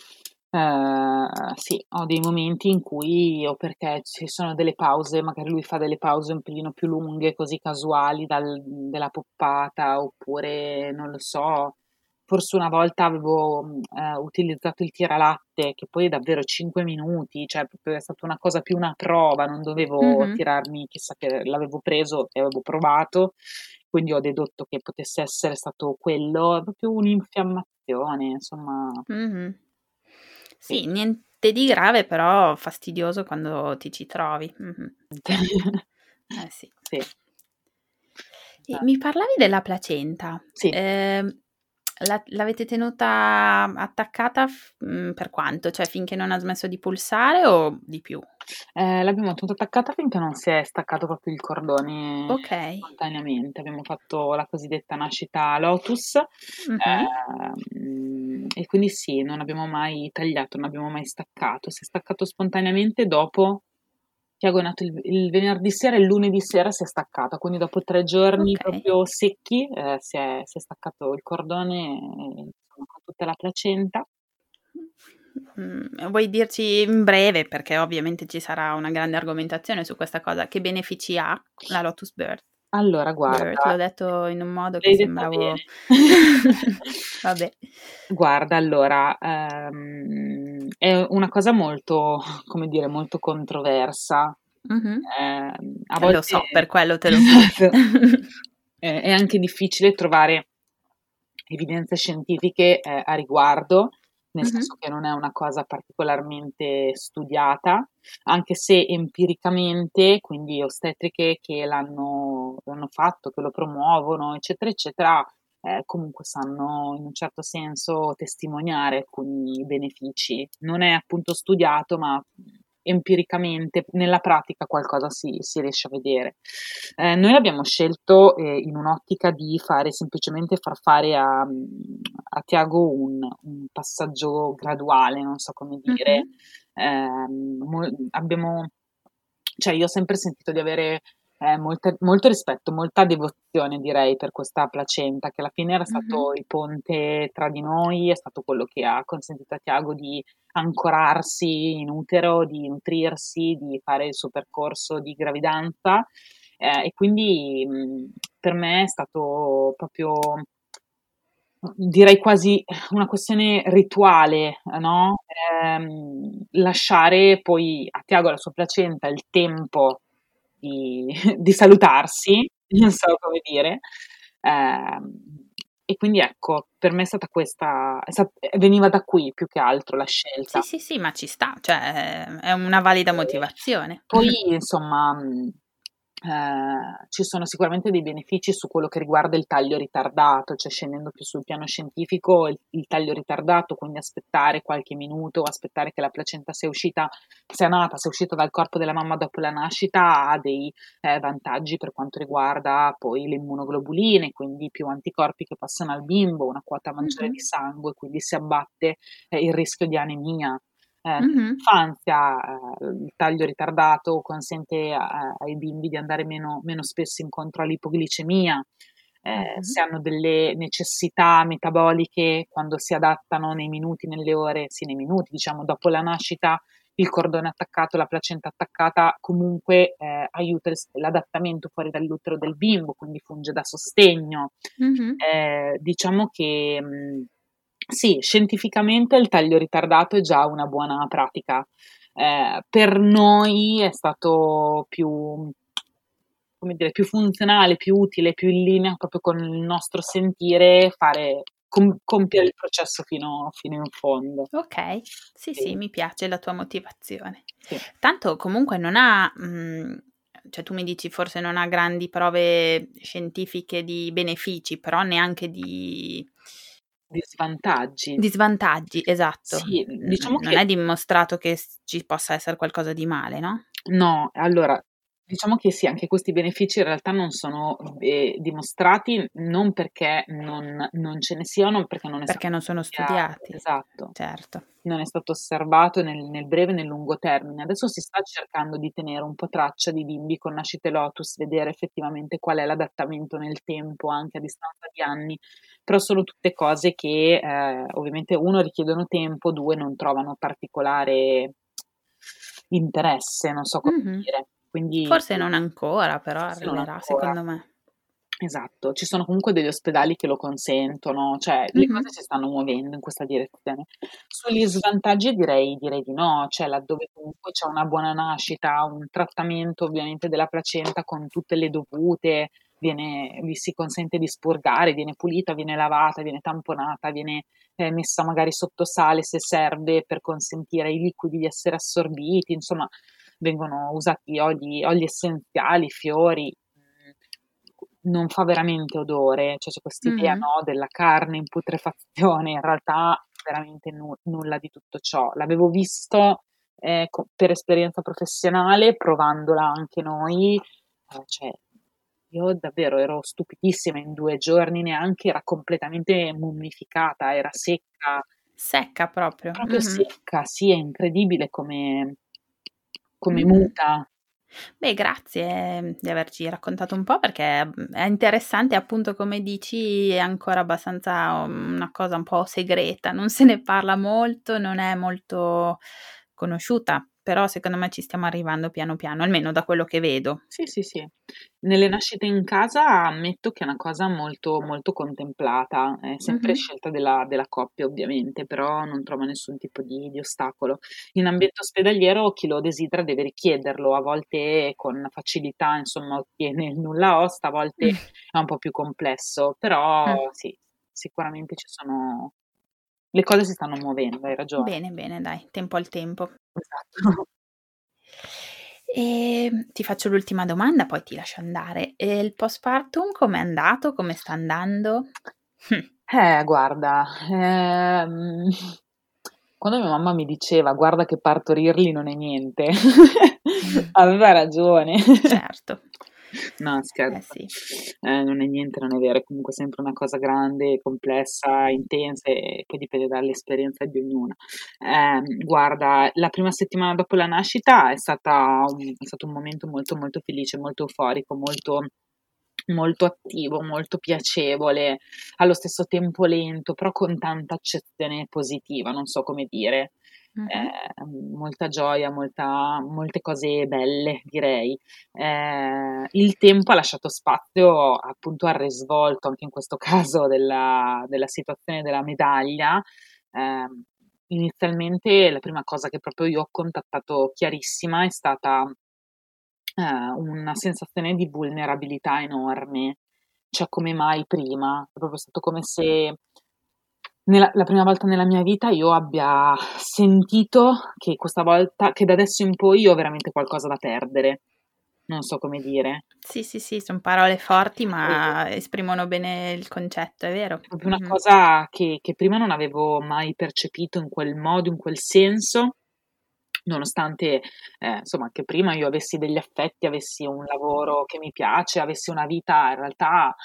eh, sì, ho dei momenti in cui, o perché ci sono delle pause, magari lui fa delle pause un pelino più lunghe, così casuali dal- della poppata, oppure non lo so, forse una volta avevo eh, utilizzato il tiralatte, che poi è davvero cinque minuti, cioè proprio è stata una cosa più una prova, non dovevo Mhm. tirarmi, chissà che l'avevo preso e avevo provato, quindi ho dedotto che potesse essere stato quello, è proprio un'infiammazione, insomma, Mhm. sì. Sì, niente di grave, però fastidioso quando ti ci trovi. Mhm. Certo. Eh sì. Sì. E Eh, mi parlavi della placenta. sì. Ehm, la- l'avete tenuta attaccata f- mm, per quanto? Cioè finché non ha smesso di pulsare o di più? Eh, l'abbiamo tenuta attaccata finché non si è staccato proprio il cordone Ok. spontaneamente. Abbiamo fatto la cosiddetta nascita Lotus, Mhm. ehm, e quindi sì, non abbiamo mai tagliato, non abbiamo mai staccato. Si è staccato spontaneamente dopo. Tiago è nato il, il venerdì sera e il lunedì sera si è staccato, quindi dopo tre giorni Ok. proprio secchi eh, si è, si è staccato il cordone, eh, insomma, con tutta la placenta. Mm, vuoi dirci in breve, perché ovviamente ci sarà una grande argomentazione su questa cosa, che benefici ha la Lotus Birth? Allora, Birth, guarda, l'ho detto in un modo che l'hai detta sembravo... bene. Vabbè. Guarda, allora, ehm, è una cosa molto, come dire, molto controversa. Mhm. Ehm, a Lo volte so, per quello te lo chiedo. esatto. È è anche difficile trovare evidenze scientifiche, eh, a riguardo, nel Mhm. senso che non è una cosa particolarmente studiata, anche se empiricamente, quindi ostetriche che l'hanno, l'hanno fatto, che lo promuovono, eccetera, eccetera, eh, comunque sanno in un certo senso testimoniare alcuni benefici. Non è appunto studiato, ma empiricamente nella pratica qualcosa si, si riesce a vedere. Eh, noi l'abbiamo scelto eh, in un'ottica di fare semplicemente far fare a, a Tiago un, un passaggio graduale, non so come dire. Mhm. Eh, mo- abbiamo, cioè io ho sempre sentito di avere eh, molte- molto rispetto, molta devozione direi per questa placenta, che alla fine era Mhm. stato il ponte tra di noi, è stato quello che ha consentito a Tiago di ancorarsi in utero, di nutrirsi, di fare il suo percorso di gravidanza. Eh, e quindi mh, per me è stato proprio, direi quasi una questione rituale, no? Ehm, lasciare poi a Tiago e alla sua placenta il tempo di, di salutarsi, non so come dire. Ehm, e quindi ecco, per me è stata questa, è stat- veniva da qui più che altro la Sì, scelta. sì, sì, ma ci sta, cioè è una valida motivazione. Poi, insomma, mh, eh, ci sono sicuramente dei benefici su quello che riguarda il taglio ritardato, cioè scendendo più sul piano scientifico, il, il taglio ritardato, quindi aspettare qualche minuto, aspettare che la placenta sia uscita, sia nata, sia uscita dal corpo della mamma dopo la nascita, ha dei eh, vantaggi per quanto riguarda poi le immunoglobuline, quindi più anticorpi che passano al bimbo, una quota maggiore di Mhm. sangue, quindi si abbatte eh, il rischio di anemia. Eh, Mhm. nell'infanzia eh, il taglio ritardato consente a- ai bimbi di andare meno, meno spesso incontro all'ipoglicemia, eh, Mhm. se hanno delle necessità metaboliche quando si adattano nei minuti, nelle ore, sì, nei minuti, diciamo, dopo la nascita, il cordone attaccato, la placenta attaccata, comunque eh, aiuta il- l'adattamento fuori dall'utero del bimbo, quindi funge da sostegno. Mhm. Eh, diciamo che mh, sì, scientificamente il taglio ritardato è già una buona pratica. Eh, per noi è stato più, come dire, più funzionale, più utile, più in linea proprio con il nostro sentire fare, com- compiere il processo fino, fino in fondo. Ok, sì, sì, Sì, mi piace la tua motivazione. sì. Tanto comunque non ha, mm, cioè tu mi dici forse non ha grandi prove scientifiche di benefici, però neanche di, Di svantaggi. di svantaggi, esatto. Sì, diciamo N- non è che dimostrato che s- ci possa essere qualcosa di male, no? no, allora, diciamo che sì, anche questi benefici in realtà non sono eh, dimostrati, non perché non, non ce ne siano, ma perché non è Perché stato non sono studiato, studiati. esatto, Certo. non è stato osservato nel, nel breve e nel lungo termine. Adesso si sta cercando di tenere un po' traccia di bimbi con nascite lotus, vedere effettivamente qual è l'adattamento nel tempo, anche a distanza di anni, però sono tutte cose che eh, ovviamente uno richiedono tempo, due non trovano particolare interesse, non so come Mhm. dire. Quindi Forse non ancora, però forse non arriverà, ancora. secondo me. Esatto, ci sono comunque degli ospedali che lo consentono, cioè le Mh-mh. cose si stanno muovendo in questa direzione. Sugli svantaggi direi direi di no, cioè laddove comunque c'è una buona nascita, un trattamento ovviamente della placenta con tutte le dovute, viene vi si consente di spurgare, viene pulita, viene lavata, viene tamponata, viene, ehm, messa magari sotto sale se serve per consentire ai liquidi di essere assorbiti, insomma vengono usati oli oli essenziali, fiori, mhmm, non fa veramente odore, cioè c'è quest'idea, Mh-mh. no, della carne in putrefazione, in realtà veramente nu nulla di tutto ciò. L'avevo visto, ehm, co per esperienza professionale, provandola anche noi, ehm, cioè io davvero ero stupidissima, in due giorni neanche era completamente mummificata, era secca. Secca proprio. Proprio Mh-mh. secca, sì, è incredibile come come Mh-mh. muta. Beh, grazie mhmm, di averci raccontato un po' perché, mhmm, è interessante appunto come dici, è ancora abbastanza, uhm, una cosa un po' segreta, non se ne parla molto, non è molto conosciuta, però secondo me ci stiamo arrivando piano piano, almeno da quello che vedo. Sì, sì, sì. Nelle nascite in casa ammetto che è una cosa molto, molto contemplata, è sempre Mh-mh. scelta della della coppia ovviamente, però non trovo nessun tipo di di ostacolo. In ambiente ospedaliero chi lo desidera deve richiederlo, a volte con facilità, insomma, ottiene il nulla osta, a volte Mh. è un po' più complesso, però Mh. sì, sicuramente ci sono le cose si stanno muovendo, hai ragione. Bene, bene dai, tempo al tempo. Esatto. Ehm, ti faccio l'ultima domanda, poi ti lascio andare. E il postpartum com'è andato? Come sta andando? Eh, guarda, ehm, quando mia mamma mi diceva: "Guarda che partorirli non è niente", Mh. aveva ragione. Certo. No, Eh scherzo. sì. Ehm, non è niente, non è vero, è comunque sempre una cosa grande, complessa, intensa e poi dipende dall'esperienza di ognuna. Ehm, guarda, la prima settimana dopo la nascita è stata un è stato un momento molto, molto felice, molto euforico, molto molto attivo, molto piacevole, allo stesso tempo lento, però con tanta accezione positiva, non so come dire. Mh-mh. Ehm, molta gioia, molta molte cose belle direi. Ehm, il tempo ha lasciato spazio appunto al risvolto, anche in questo caso della della situazione della medaglia. Ehm, inizialmente la prima cosa che proprio io ho contattato chiarissima è stata Ehm, una sensazione di vulnerabilità enorme, cioè come mai prima. È proprio stato come se nella la prima volta nella mia vita io abbia sentito che questa volta che da adesso in poi io ho veramente qualcosa da perdere. Non so come dire. Sì, sì, sì, son parole forti, E ma esprimono bene il concetto, è vero. è proprio una Mh-mh. cosa che che prima non avevo mai percepito in quel modo, in quel senso. Nonostante, ehm, insomma, che prima io avessi degli affetti, avessi un lavoro che mi piace, avessi una vita in realtà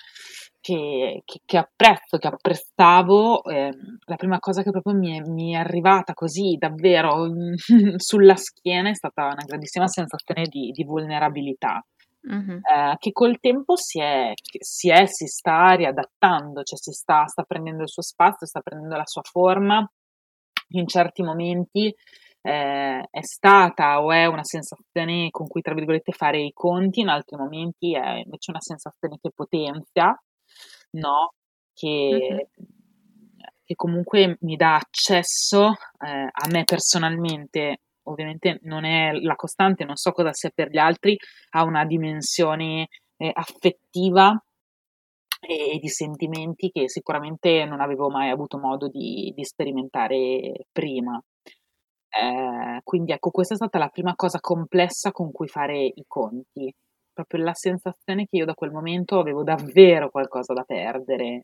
che che che apprezzo, che apprezzavo, ehm, la prima cosa che proprio mi è mi è arrivata così davvero, mhmm, sulla schiena è stata una grandissima sensazione di di vulnerabilità, Mh-mh. ehm, che col tempo si è che si è si sta riadattando, cioè si sta sta prendendo il suo spazio, sta prendendo la sua forma. In certi momenti, ehm, è stata o è una sensazione con cui, tra virgolette, "fare i conti", in altri momenti è invece una sensazione che potenzia, no, Mh-mh. che mhmm, che comunque mi dà accesso, ehm, a me personalmente, ovviamente non è la costante, non so cosa sia per gli altri, a una dimensione, ehm, affettiva e di sentimenti che sicuramente non avevo mai avuto modo di di sperimentare prima. Ehm, quindi ecco, questa è stata la prima cosa complessa con cui fare i conti. Proprio la sensazione che io da quel momento avevo davvero qualcosa da perdere.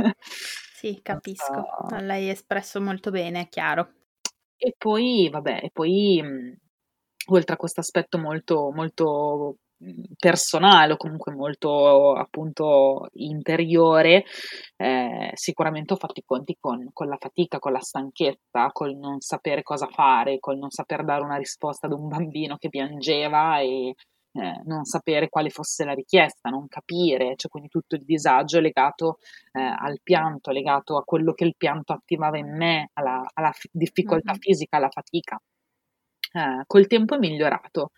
Sì, Non capisco. so. No, l'hai espresso molto bene, è chiaro. E poi vabbè, e poi, mhmm, oltre a questo aspetto molto molto, mhmm, personale o comunque molto appunto interiore, ehm, sicuramente ho fatto i conti con con la fatica, con la stanchezza, col non sapere cosa fare, col non saper dare una risposta ad un bambino che piangeva e, ehm, non sapere quale fosse la richiesta, non capire, cioè quindi tutto il disagio legato ehm, al pianto, legato a quello che il pianto attivava in me, alla alla f difficoltà Mh-mh. fisica, alla fatica. Ehm, col tempo è migliorato,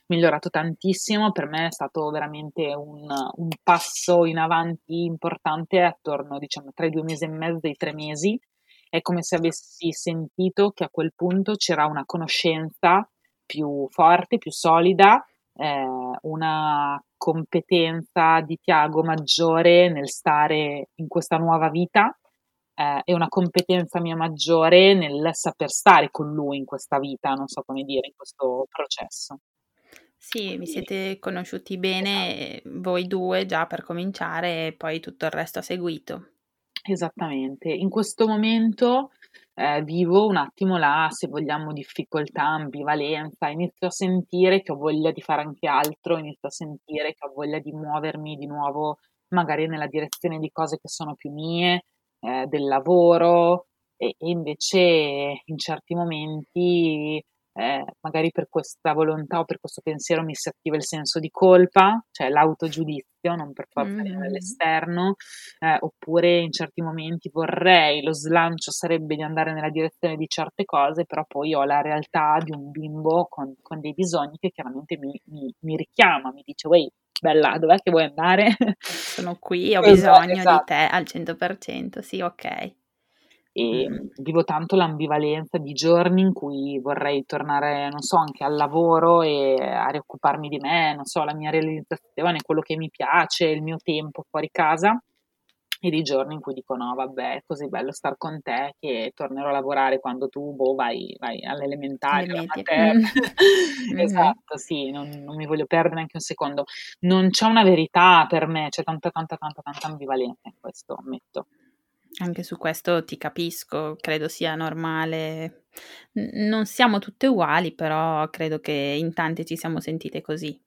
migliorato tantissimo. Per me è stato veramente un, un passo in avanti importante attorno, diciamo, tra i due mesi e mezzo e i tre mesi. È come se avessi sentito che a quel punto c'era una conoscenza più forte, più solida, eh, una competenza di Tiago maggiore nel stare in questa nuova vita, eh, e una competenza mia maggiore nel saper stare con lui in questa vita, non so come dire, in questo processo. Sì, vi Quindi, siete conosciuti esatto. bene, voi due già per cominciare e poi tutto il resto ha seguito. Esattamente. In questo momento eh, vivo un attimo la, se vogliamo, difficoltà, ambivalenza, inizio a sentire che ho voglia di fare anche altro, inizio a sentire che ho voglia di muovermi di nuovo, magari nella direzione di cose che sono più mie, eh, del lavoro, e, e invece in certi momenti eh, magari per questa volontà o per questo pensiero mi si attiva il senso di colpa, cioè l'autogiudizio, non per forza viene Mm-hmm. dall'esterno, eh, oppure in certi momenti vorrei, lo slancio sarebbe di andare nella direzione di certe cose, però poi ho la realtà di un bimbo con, con dei bisogni che chiaramente mi, mi, mi richiama, mi dice, wey, bella, dov'è che vuoi andare? Sono qui, ho Esatto, bisogno esatto. di te al cento per cento, sì, ok. E Mm. vivo tanto l'ambivalenza di giorni in cui vorrei tornare, non so, anche al lavoro e a rioccuparmi di me, non so, la mia realizzazione, quello che mi piace, il mio tempo fuori casa, e di giorni in cui dico no, vabbè, è così bello star con te che tornerò a lavorare quando tu boh, vai, vai all'elementare, Le alla medie. materna. Mm. Esatto, sì, non, non mi voglio perdere neanche un secondo. Non c'è una verità per me, c'è tanta, tanta, tanta, tanta ambivalenza in questo, ammetto. Anche su questo ti capisco, credo sia normale. N- non siamo tutte uguali, però credo che in tante ci siamo sentite così.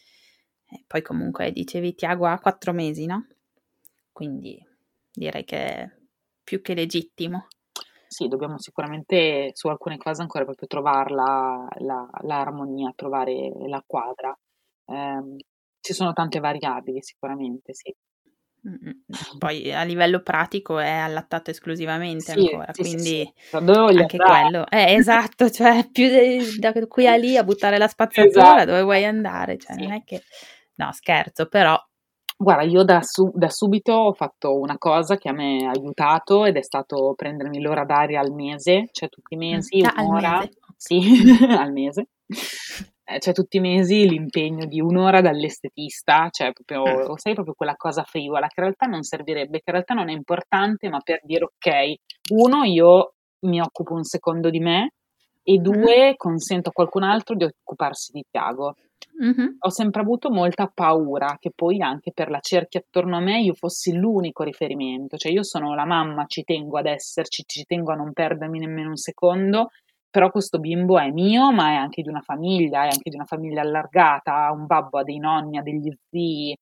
E poi comunque dicevi Tiago ha quattro mesi, no? Quindi direi che è più che legittimo. Sì, dobbiamo sicuramente su alcune cose ancora proprio trovarla la, l'armonia, trovare la quadra. Ehm, ci sono tante variabili sicuramente, sì. Mm-mm. Poi a livello pratico è allattato esclusivamente Sì, ancora, sì, sì, sì. quindi Dove voglio anche andare? quello. Eh, esatto, cioè più de- da qui a lì a buttare la spazzatura, Esatto, dove vuoi andare? Cioè sì. non è che... No, scherzo, però... Guarda, io da, su- da subito ho fatto una cosa che a me ha aiutato ed è stato prendermi l'ora d'aria al mese, cioè tutti i Mm. mesi Ah, al un'ora, mese. sì, Mm. al mese, eh, cioè tutti i mesi l'impegno di un'ora dall'estetista, cioè Mm. proprio, sai, proprio quella cosa frivola che in realtà non servirebbe, che in realtà non è importante, ma per dire ok, uno, io mi occupo un secondo di me e Mm. due, consento a qualcun altro di occuparsi di Tiago. Mhm. Ho sempre avuto molta paura che poi anche per la cerchia attorno a me io fossi l'unico riferimento, cioè io sono la mamma, ci tengo ad esserci, ci tengo a non perdermi nemmeno un secondo, però questo bimbo è mio, ma è anche di una famiglia, è anche di una famiglia allargata, ha un babbo, ha dei nonni, ha degli zii.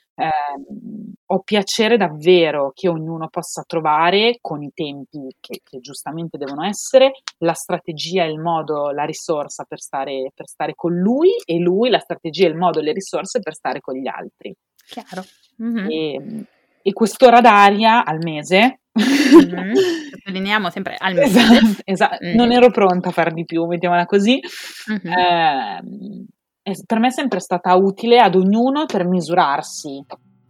Ehm, ho piacere davvero che ognuno possa trovare, con i tempi che, che giustamente devono essere, la strategia, il modo, la risorsa per stare, per stare con lui e lui la strategia, il modo e le risorse per stare con gli altri. Chiaro. Mhm. E, e quest'ora d'aria al mese. Mhm. Sottolineiamo sempre al mese. Esatto, esa- Mm. non ero pronta a far di più, mettiamola così. Mhm. Ehm, è- per me è sempre stata utile ad ognuno per misurarsi.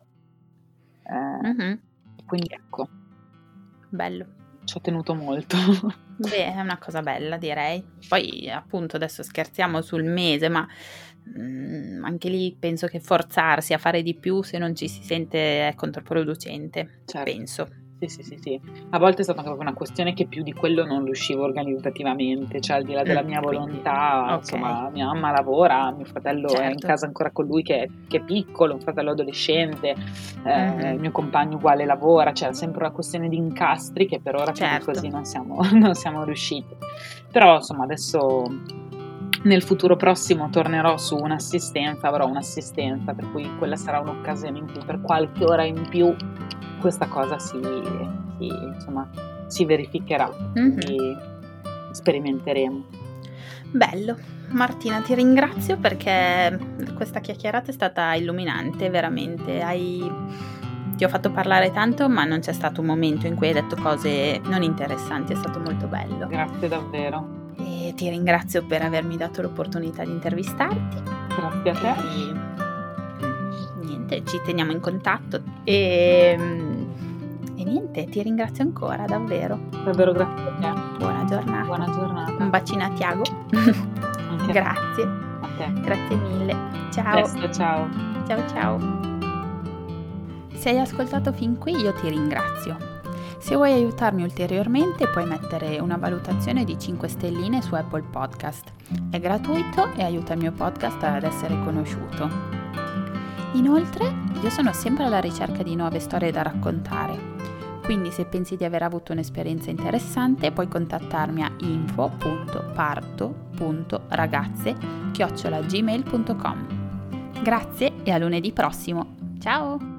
Eh, Mhm. quindi ecco, Bello. ci ho tenuto molto. Beh, è una cosa bella, direi. Poi, appunto, adesso scherziamo sul mese, ma mm, anche lì penso che forzarsi a fare di più se non ci si sente è controproducente, Certo. penso. Sì, sì, sì, sì. A volte è stata proprio una questione che più di quello non riuscivo organizzativamente, cioè al di là della Mm, mia quindi, volontà, ok, insomma, mia mamma lavora, mio fratello è in certo. casa ancora con lui che è, che è piccolo, un fratello adolescente, eh, Mhm. il mio compagno uguale lavora, c'era sempre una questione di incastri che per ora più di Certo. così non siamo, non siamo riusciti. Però insomma adesso nel futuro prossimo tornerò su un'assistenza, avrò un'assistenza, per cui quella sarà un'occasione in cui per qualche ora in più questa cosa si, si, insomma, si verificherà, Mhm. quindi sperimenteremo. Bello. Martina, ti ringrazio perché questa chiacchierata è stata illuminante, veramente. Hai... Ti ho fatto parlare tanto, ma non c'è stato un momento in cui hai detto cose non interessanti, è stato molto bello. Grazie davvero. E ti ringrazio per avermi dato l'opportunità di intervistarti. Grazie a te. E niente, ci teniamo in contatto e, e niente, ti ringrazio ancora, davvero. Davvero grazie a te. Buona giornata. Buona giornata. Un bacino a Tiago. Grazie. A te. Grazie mille. Ciao. Presto, ciao. Ciao ciao. Se hai ascoltato fin qui io ti ringrazio. Se vuoi aiutarmi ulteriormente puoi mettere una valutazione di cinque stelline su Apple Podcast. È gratuito e aiuta il mio podcast ad essere conosciuto. Inoltre, io sono sempre alla ricerca di nuove storie da raccontare. Quindi se pensi di aver avuto un'esperienza interessante puoi contattarmi a info punto parto punto ragazze chiocciola gmail punto com. Grazie e a lunedì prossimo. Ciao!